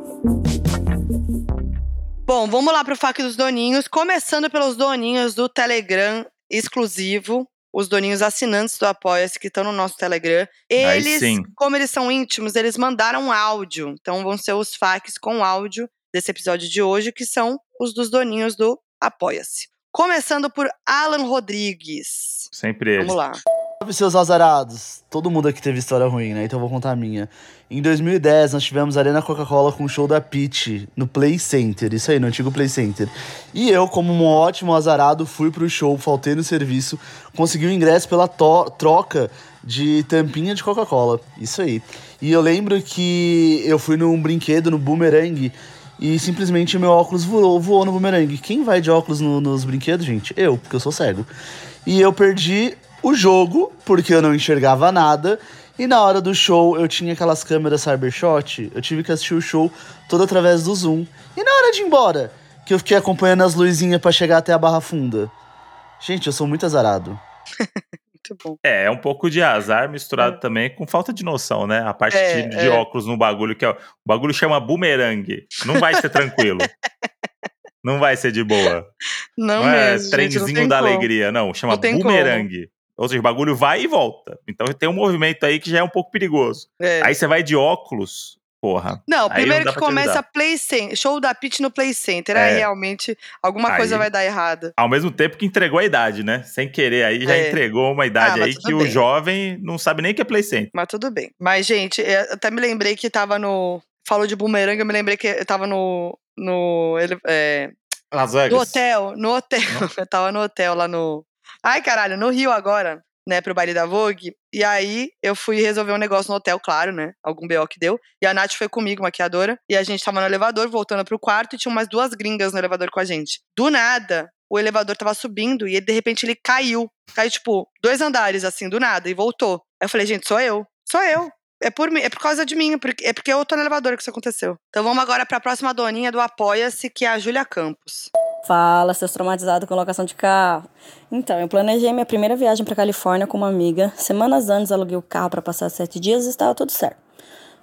Bom, vamos lá pro FAQ dos Doninhos. Começando pelos Doninhos do Telegram exclusivo. Os Doninhos assinantes do Apoia-se que estão no nosso Telegram. Eles, como eles são íntimos, eles mandaram áudio. Então vão ser os FAQs com áudio desse episódio de hoje, que são os dos Doninhos do Apoia-se. Começando por Alan Rodrigues. Sempre ele. Vamos lá. Salve, seus azarados. Todo mundo aqui teve história ruim, né? Então eu vou contar a minha. Em 2010, nós tivemos a Arena Coca-Cola com o show da Pitty no Play Center. Isso aí, no antigo Play Center. E eu, como um ótimo azarado, fui pro show, faltei no serviço, consegui o ingresso pela troca de tampinha de Coca-Cola. Isso aí. E eu lembro que eu fui num brinquedo, no Boomerang, e simplesmente meu óculos voou no Boomerang. Quem vai de óculos nos brinquedos, gente? Eu, porque eu sou cego. E eu perdi o jogo, porque eu não enxergava nada. E na hora do show, eu tinha aquelas câmeras Cybershot. Eu tive que assistir o show todo através do Zoom. E na hora de ir embora, que eu fiquei acompanhando as luzinhas pra chegar até a Barra Funda. Gente, eu sou muito azarado. Muito bom. É um pouco de azar misturado também com falta de noção, né? A parte de óculos no bagulho, que o bagulho chama Boomerang. Não vai ser tranquilo. Não vai ser de boa. Não mesmo, trenzinho da alegria, não. Chama Boomerang. Ou seja, o bagulho vai e volta. Então tem um movimento aí que já é um pouco perigoso. Aí você vai de óculos, porra. Não, primeiro que começa Play Center, show da Pitty no Play Center. Aí realmente alguma coisa vai dar errada. Ao mesmo tempo que entregou a idade, né? Sem querer aí, já entregou uma idade aí que o jovem não sabe nem que é Play Center. Mas tudo bem. Mas, gente, eu até me lembrei que tava no... Falou de Boomerang, eu me lembrei que eu tava no Las Vegas. No hotel. Eu tava no hotel lá no... Ai, caralho, no Rio agora, né, pro baile da Vogue. E aí, eu fui resolver um negócio no hotel, claro, né, algum BO que deu. E a Nath foi comigo, maquiadora. E a gente tava no elevador, voltando pro quarto, e tinha umas 2 gringas no elevador com a gente. Do nada, o elevador tava subindo, e ele, de repente, ele caiu. Caiu, tipo, 2 andares, assim, do nada, e voltou. Aí eu falei, gente, sou eu. É por mim, é por causa de mim, é porque eu tô no elevador que isso aconteceu. Então vamos agora pra próxima doninha do Apoia-se, que é a Júlia Campos. Fala, seus traumatizados com locação de carro. Então, eu planejei minha primeira viagem pra Califórnia com uma amiga. Semanas antes, aluguei o carro pra passar 7 dias e estava tudo certo.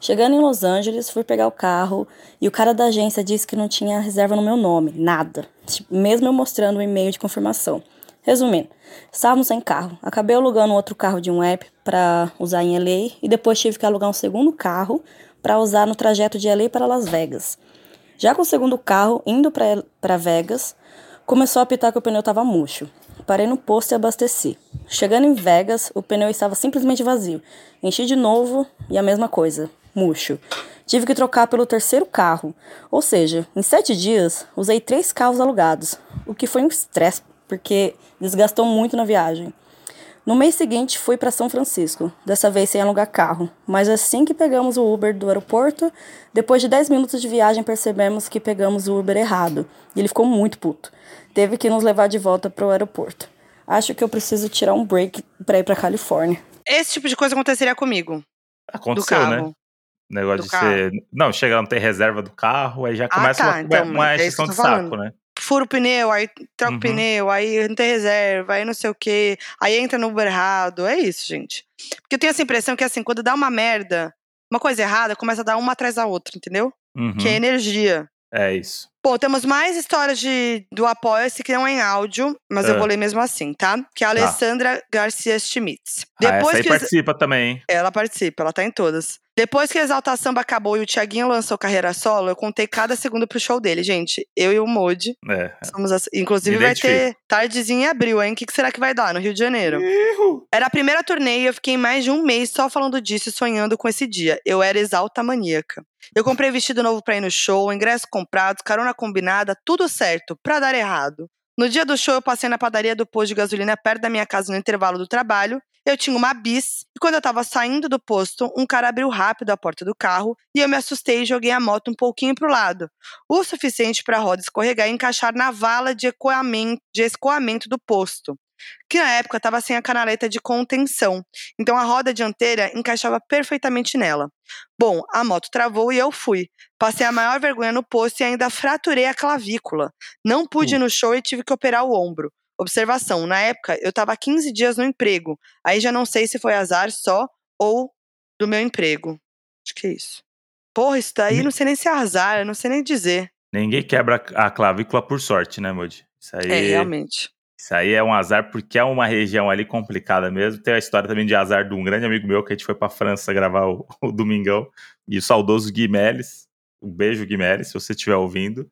Chegando em Los Angeles, fui pegar o carro e o cara da agência disse que não tinha reserva no meu nome, nada. Mesmo eu mostrando um e-mail de confirmação. Resumindo, estávamos sem carro. Acabei alugando outro carro de um app para usar em LA e depois tive que alugar um segundo carro para usar no trajeto de LA para Las Vegas. Já com o segundo carro, indo para Vegas, começou a apitar que o pneu estava murcho. Parei no posto e abasteci. Chegando em Vegas, o pneu estava simplesmente vazio. Enchi de novo e a mesma coisa, murcho. Tive que trocar pelo terceiro carro. Ou seja, em 7 dias, usei 3 carros alugados, o que foi um estresse, porque desgastou muito na viagem. No mês seguinte, fui para São Francisco, dessa vez sem alugar carro. Mas assim que pegamos o Uber do aeroporto, depois de 10 minutos de viagem, percebemos que pegamos o Uber errado. E ele ficou muito puto. Teve que nos levar de volta para o aeroporto. Acho que eu preciso tirar um break para ir para Califórnia. Esse tipo de coisa aconteceria comigo. Aconteceu, do né? carro. Negócio Do de carro. ser. Não, chega a não ter reserva do carro, aí já começa Então, uma é isso que exceção eu tô de saco, falando. né? Fura o pneu, aí troca Uhum. o pneu, aí não tem reserva, aí não sei o quê, aí entra no Uber errado. É isso, gente. Porque eu tenho essa impressão que, assim, quando dá uma merda, uma coisa errada, começa a dar uma atrás da outra, entendeu? Que é Uhum. energia. É isso. Bom, temos mais histórias do Apoia-se que não é em áudio, mas eu vou ler mesmo assim, tá? Que é a Alessandra Garcia Schmitz. Essa aí participa também, hein? Ela participa, ela tá em todas. Depois que a Exalta Samba acabou e o Thiaguinho lançou carreira solo, eu contei cada segundo pro show dele. Gente, eu e o Modi somos assim. Inclusive vai ter tardezinho em abril, hein? O que será que vai dar no Rio de Janeiro? Era a primeira turnê e eu fiquei mais de um mês só falando disso e sonhando com esse dia. Eu era exalta maníaca. Eu comprei vestido novo pra ir no show, ingresso comprado, carona combinada, tudo certo, pra dar errado. No dia do show, eu passei na padaria do posto de gasolina perto da minha casa no intervalo do trabalho. Eu tinha uma bis, e quando eu tava saindo do posto, um cara abriu rápido a porta do carro e eu me assustei e joguei a moto um pouquinho pro lado. O suficiente pra roda escorregar e encaixar na vala de escoamento do posto, que na época estava sem a canaleta de contenção. Então a roda dianteira encaixava perfeitamente nela. Bom, a moto travou e eu fui. Passei a maior vergonha no posto e ainda fraturei a clavícula. Não pude ir no show e tive que operar o ombro. Observação, na época eu estava 15 dias no emprego. Aí já não sei se foi azar só ou do meu emprego. Acho que é isso. Porra, isso daí não sei nem se é azar, eu não sei nem dizer. Ninguém quebra a clavícula por sorte, né, Modi? Isso aí, realmente. Isso aí é um azar porque é uma região ali complicada mesmo. Tem a história também de azar de um grande amigo meu que a gente foi pra França gravar o Domingão. E o saudoso Gui Melis. Um beijo, Gui Melis, se você estiver ouvindo.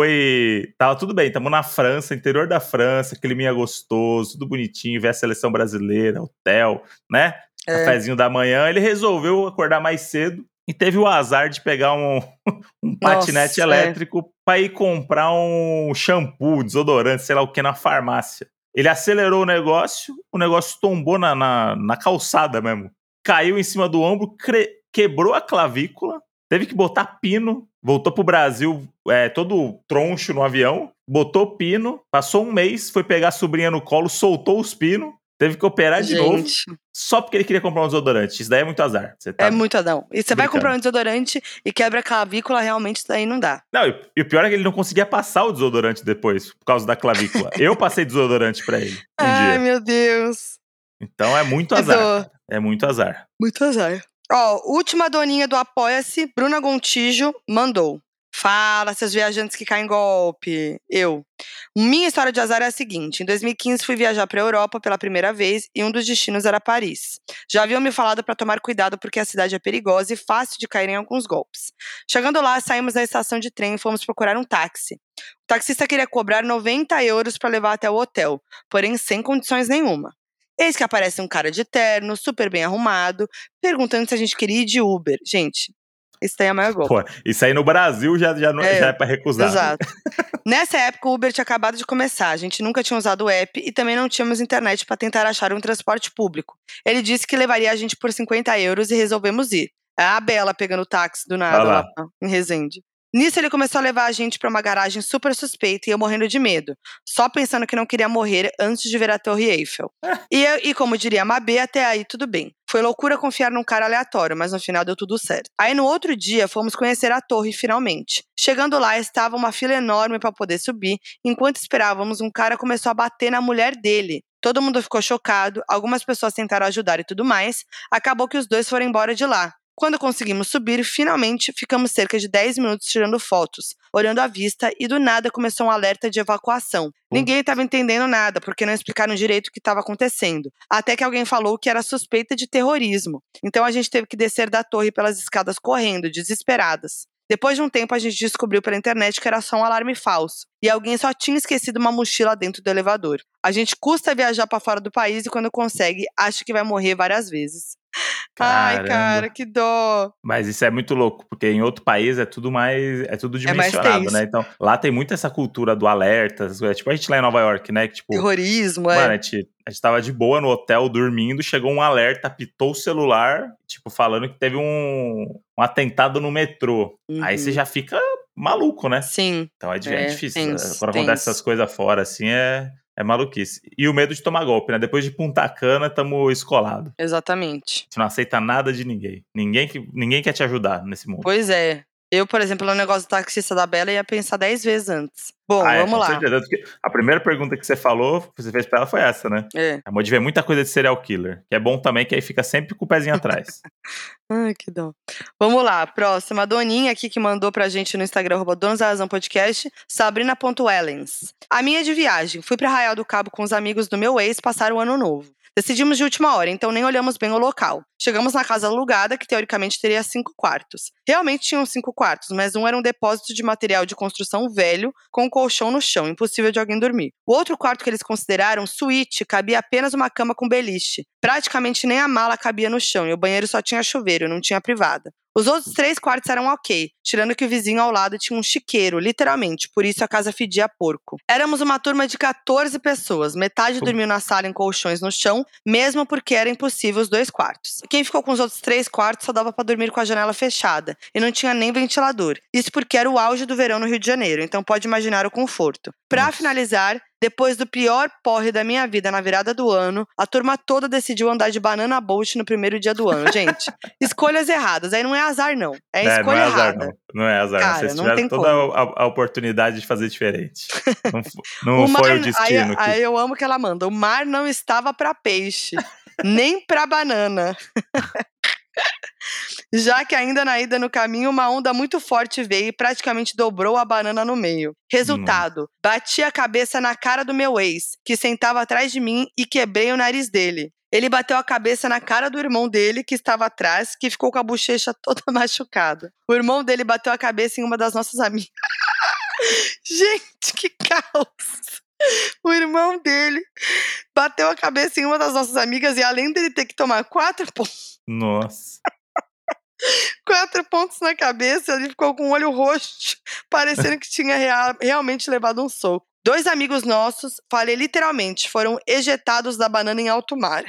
Tava tudo bem, tamo na França, interior da França, climinha gostoso, tudo bonitinho, ver a seleção brasileira, hotel, né? Cafezinho da manhã. Ele resolveu acordar mais cedo e teve o azar de pegar um patinete elétrico pra ir comprar um shampoo, desodorante, sei lá o que, na farmácia. Ele acelerou o negócio tombou na calçada mesmo. Caiu em cima do ombro, quebrou a clavícula, teve que botar pino, voltou pro Brasil todo troncho no avião, botou pino, passou um mês, foi pegar a sobrinha no colo, soltou os pinos, teve que operar de novo, só porque ele queria comprar um desodorante. Isso daí é muito azar. É muito azar. E você vai comprar um desodorante e quebra a clavícula, realmente isso daí não dá. Não, e o pior é que ele não conseguia passar o desodorante depois, por causa da clavícula. Eu passei desodorante pra ele um dia. Ai, meu Deus. Então é muito azar, cara. É muito azar. Muito azar. Ó, última doninha do Apoia-se, Bruna Gontijo, mandou. Fala, seus viajantes que caem em golpe. Minha história de azar é a seguinte. Em 2015 fui viajar pra Europa pela primeira vez e um dos destinos era Paris. Já haviam me falado pra tomar cuidado porque a cidade é perigosa e fácil de cair em alguns golpes. Chegando lá, saímos da estação de trem e fomos procurar um táxi. O taxista queria cobrar 90 euros pra levar até o hotel, porém sem condições nenhuma. Eis que aparece um cara de terno, super bem arrumado, perguntando se a gente queria ir de Uber. Gente, isso daí é a maior golpe. Pô, isso aí no Brasil já é pra recusar. Exato. Nessa época, o Uber tinha acabado de começar. A gente nunca tinha usado o app e também não tínhamos internet para tentar achar um transporte público. Ele disse que levaria a gente por 50 euros e resolvemos ir. A Bela pegando o táxi do nada lá em Resende. Nisso, ele começou a levar a gente pra uma garagem super suspeita e eu morrendo de medo. Só pensando que não queria morrer antes de ver a Torre Eiffel. E como diria a Mabê, até aí tudo bem. Foi loucura confiar num cara aleatório, mas no final deu tudo certo. Aí no outro dia, fomos conhecer a torre finalmente. Chegando lá, estava uma fila enorme pra poder subir. Enquanto esperávamos, um cara começou a bater na mulher dele. Todo mundo ficou chocado, algumas pessoas tentaram ajudar e tudo mais. Acabou que os dois foram embora de lá. Quando conseguimos subir, finalmente ficamos cerca de 10 minutos tirando fotos, olhando a vista, e do nada começou um alerta de evacuação. Ninguém estava entendendo nada, porque não explicaram direito o que estava acontecendo. Até que alguém falou que era suspeita de terrorismo. Então a gente teve que descer da torre pelas escadas correndo, desesperadas. Depois de um tempo, a gente descobriu pela internet que era só um alarme falso. E alguém só tinha esquecido uma mochila dentro do elevador. A gente custa viajar para fora do país e quando consegue, acha que vai morrer várias vezes. Ai, cara, Caramba. que dó. Mas isso é muito louco, porque em outro país é tudo tudo É mais dimensionado, tenso. né? Então, lá tem muito essa cultura do alerta, essas coisas. Tipo a gente lá em Nova York, né? Que, tipo, Terrorismo, mano, é. a gente tava de boa no hotel, dormindo, chegou um alerta, apitou o celular, tipo, falando que teve um atentado no metrô. Aí você Uhum. já fica maluco, né? Sim, Então é difícil. tenso, Quando acontece essas coisas fora, assim, é maluquice. E o medo de tomar golpe, né? Depois de Punta Cana, tamo escolado. exatamente. A gente não aceita nada de ninguém. Ninguém quer te ajudar nesse mundo. Pois é. Eu, por exemplo, no negócio do taxista da Bela, ia pensar 10 vezes antes. Bom, vamos Com lá. certeza. Porque a primeira pergunta que você falou, que você fez pra ela, foi essa, né? É. A Modi vê muita coisa de serial killer. Que é bom também, que aí fica sempre com o pezinho atrás. Ai, que dó. Vamos lá, próxima. A Doninha aqui que mandou pra gente no Instagram, Donos da Razão Podcast, Sabrina.ellens. A minha de viagem. Fui pra Arraial do Cabo com os amigos do meu ex passar o ano novo. Decidimos de última hora, então nem olhamos bem o local. Chegamos na casa alugada, que teoricamente teria 5 quartos. Realmente tinham 5 quartos, mas um era um depósito de material de construção velho, com um colchão no chão, impossível de alguém dormir. O outro quarto que eles consideraram suíte cabia apenas uma cama com beliche. Praticamente nem a mala cabia no chão, e o banheiro só tinha chuveiro, não tinha privada. Os outros 3 quartos eram ok, tirando que o vizinho ao lado tinha um chiqueiro, literalmente, por isso a casa fedia a porco. Éramos uma turma de 14 pessoas, metade dormiu na sala em colchões no chão, mesmo porque era impossível os 2 quartos. Quem ficou com os outros 3 quartos só dava pra dormir com a janela fechada, e não tinha nem ventilador. Isso porque era o auge do verão no Rio de Janeiro, então pode imaginar o conforto. Pra finalizar, depois do pior porre da minha vida na virada do ano, a turma toda decidiu andar de banana boat no primeiro dia do ano. Gente, escolhas erradas. Aí não é azar, não. É escolha não é azar, errada. não. Não é azar, não. Cara, Vocês não tiveram tem toda como. a oportunidade de fazer diferente. Não foi o destino. Aí eu amo que ela manda. O mar não estava pra peixe, nem pra banana. Já que ainda na ida no caminho, uma onda muito forte veio e praticamente dobrou a banana no meio. Resultado, bati a cabeça na cara do meu ex, que sentava atrás de mim, e quebrei o nariz dele. Ele bateu a cabeça na cara do irmão dele, que estava atrás, que ficou com a bochecha toda machucada. O irmão dele bateu a cabeça em uma das nossas amigas. Gente, que caos! O irmão dele bateu a cabeça em uma das nossas amigas e além dele ter que tomar 4 pontos... Nossa. 4 pontos na cabeça, ele ficou com o olho roxo, parecendo que tinha realmente levado um soco. 2 amigos nossos, falei literalmente, foram ejetados da banana em alto mar.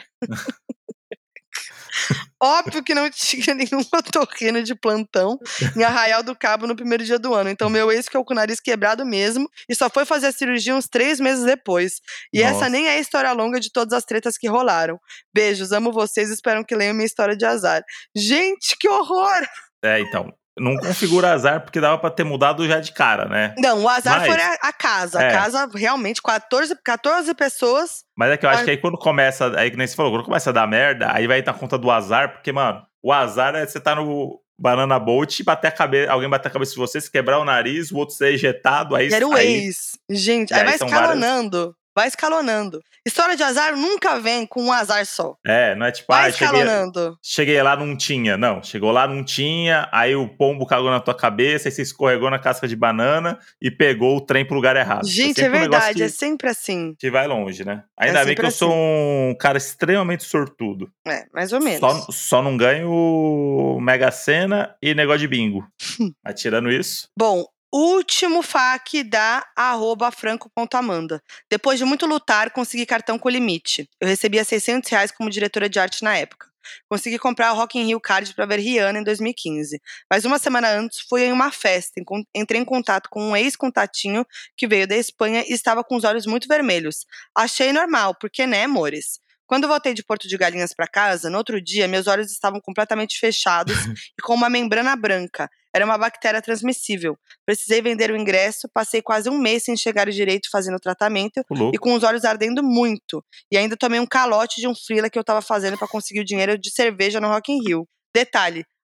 Óbvio que não tinha nenhum otorrino de plantão em Arraial do Cabo no primeiro dia do ano. Então meu ex ficou com o nariz quebrado mesmo e só foi fazer a cirurgia uns 3 meses depois. E essa nem é a história longa de todas as tretas que rolaram. Beijos, amo vocês, espero que leiam minha história de azar. Gente, que horror! Então, não configura azar porque dava pra ter mudado já de cara, né? Não, o azar foi a casa. É. A casa, realmente, 14 pessoas. Mas é que eu acho que aí quando começa, aí que nem você falou, quando começa a dar merda, aí vai na conta do azar, porque, mano, o azar é você tá no banana boat e bater a cabeça, alguém bater a cabeça de você, se quebrar o nariz, o outro ser ejetado, aí... Era o ex. Gente, aí vai escalonando. Vai escalonando. História de azar nunca vem com um azar só. Não é tipo, vai escalonando. Cheguei lá, não tinha. Não, chegou lá, não tinha, aí o pombo cagou na tua cabeça, aí você escorregou na casca de banana e pegou o trem pro lugar errado. Gente, é verdade, é sempre assim. Que vai longe, né? Ainda bem que eu sou um cara extremamente sortudo. Mais ou menos. Só não ganho Mega Sena e negócio de bingo. Mas tirando isso... Bom, último FAQ da @franco.amanda. Depois de muito lutar, consegui cartão com limite. Eu recebia R$600 como diretora de arte na época. Consegui comprar o Rock in Rio Card para ver Rihanna em 2015. Mas uma semana antes, fui em uma festa. Entrei em contato com um ex-contatinho que veio da Espanha e estava com os olhos muito vermelhos. Achei normal, porque né, amores? Quando voltei de Porto de Galinhas para casa, no outro dia, meus olhos estavam completamente fechados e com uma membrana branca. Era uma bactéria transmissível. Precisei vender o ingresso, passei quase um mês sem chegar direito fazendo o tratamento e com os olhos ardendo muito. E ainda tomei um calote de um freela que eu tava fazendo para conseguir o dinheiro de cerveja no Rock in Rio. Detalhe,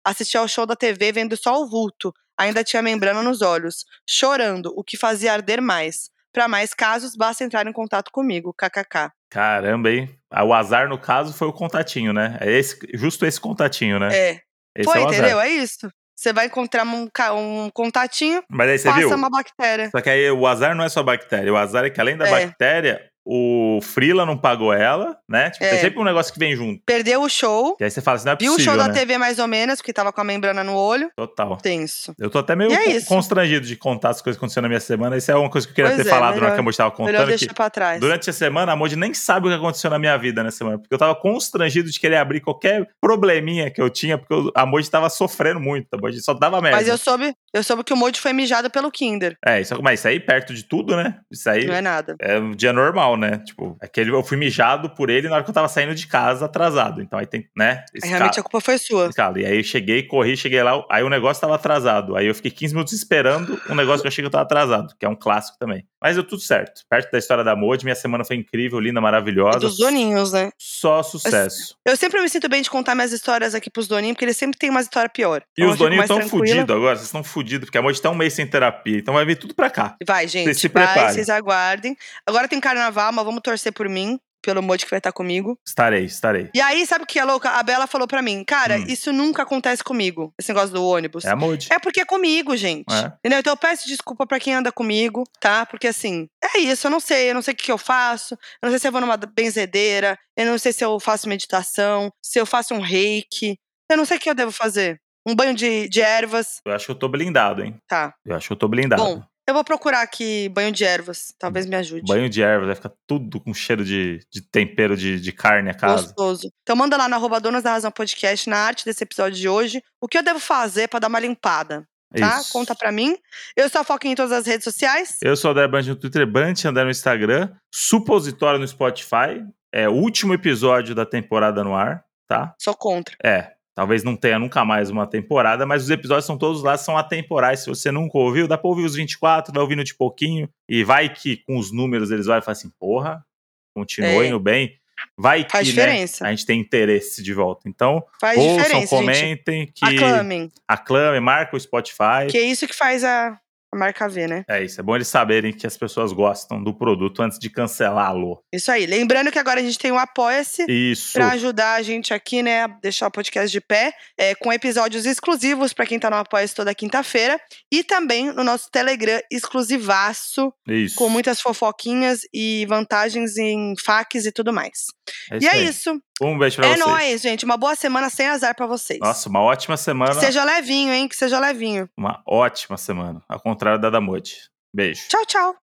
Assisti ao show da TV vendo só o vulto. Ainda tinha membrana nos olhos. Chorando, o que fazia arder mais. Pra mais casos, basta entrar em contato comigo. KKK. Caramba, hein? O azar, no caso, foi o contatinho, né? É justo esse contatinho, né? É. Esse Foi, é o azar. entendeu? É isso. Você vai encontrar um contatinho, Mas aí você passa viu? uma bactéria. Só que aí o azar não é só bactéria. O azar é que além da bactéria, o Freela não pagou ela, né? Tipo, tem sempre um negócio que vem junto. Perdeu o show. E aí você fala assim, não é Viu possível, o show né? da TV mais ou menos, porque tava com a membrana no olho. Total. Tenso. Eu tô até meio constrangido de contar as coisas que aconteceram na minha semana. Isso é uma coisa que eu queria ter falado na hora que a Moji tava contando. Melhor deixar pra trás. Durante a semana, a Moji nem sabe o que aconteceu na minha vida nessa semana. Porque eu tava constrangido de querer abrir qualquer probleminha que eu tinha, porque a Moji tava sofrendo muito. A Moji só dava merda. Mas eu soube que o Moji foi mijado pelo Kinder. Mas isso aí perto de tudo, né? Isso aí não é nada. É um dia normal, né? Tipo, eu fui mijado por ele na hora que eu tava saindo de casa atrasado. Então aí tem, né? Realmente a culpa foi sua. E aí eu cheguei lá, aí o negócio tava atrasado. Aí eu fiquei 15 minutos esperando um negócio que eu achei que eu tava atrasado, que é um clássico também. Mas deu tudo certo. Perto da história da Moji, minha semana foi incrível, linda, maravilhosa. E dos doninhos, né? Só sucesso. Eu sempre me sinto bem de contar minhas histórias aqui pros doninhos, porque eles sempre têm uma história pior. E os doninhos estão fudidos agora, vocês estão fudidos, porque a Moji tá um mês sem terapia, então vai vir tudo pra cá. Vai, gente, vocês aguardem. Agora tem carnaval, mas vamos torcer por mim. Pelo Moji que vai estar comigo. Estarei. E aí, sabe o que é louca? A Bela falou pra mim, cara, isso nunca acontece comigo, esse negócio do ônibus. É a Moji. É porque é comigo, gente. Entendeu? Então eu peço desculpa pra quem anda comigo, tá? Porque assim, é isso, eu não sei o que eu faço, eu não sei se eu vou numa benzedeira, eu não sei se eu faço meditação, se eu faço um reiki, eu não sei o que eu devo fazer. Um banho de ervas. Eu acho que eu tô blindado, hein? Tá. Eu acho que eu tô blindado. Bom, eu vou procurar aqui banho de ervas. Talvez me ajude. Banho de ervas, vai ficar tudo com cheiro de tempero de carne a casa. Gostoso. Então manda lá no @Donas da Razão Podcast, na arte desse episódio de hoje, o que eu devo fazer pra dar uma limpada. Tá? Isso. Conta pra mim. Eu sou a Foquinha em todas as redes sociais. Eu sou a André Brant no Twitter, Brant André no Instagram, Supositório no Spotify. É o último episódio da temporada no ar, tá? Sou contra. Talvez não tenha nunca mais uma temporada, mas os episódios são todos lá, são atemporais. Se você nunca ouviu, dá pra ouvir os 24, vai ouvindo de pouquinho. E vai que com os números eles vão e falam assim, porra, continua indo bem. Vai que, faz diferença. Né, a gente tem interesse de volta. Então, faz ouçam, comentem. Aclamem, marca o Spotify. Que é isso que faz a marca V, né? É isso, é bom eles saberem que as pessoas gostam do produto antes de cancelá-lo. Isso aí. Lembrando que agora a gente tem o Apoia-se. Isso. Pra ajudar a gente aqui, né, a deixar o podcast de pé, com episódios exclusivos pra quem tá no Apoia-se toda quinta-feira. E também no nosso Telegram exclusivaço. Isso. Com muitas fofoquinhas e vantagens em facs e tudo mais. E é isso. Um beijo pra vocês. É nóis, gente. Uma boa semana sem azar pra vocês. Nossa, uma ótima semana. Que seja levinho, hein? Que seja levinho. Uma ótima semana. Ao contrário da Moji. Beijo. Tchau, tchau.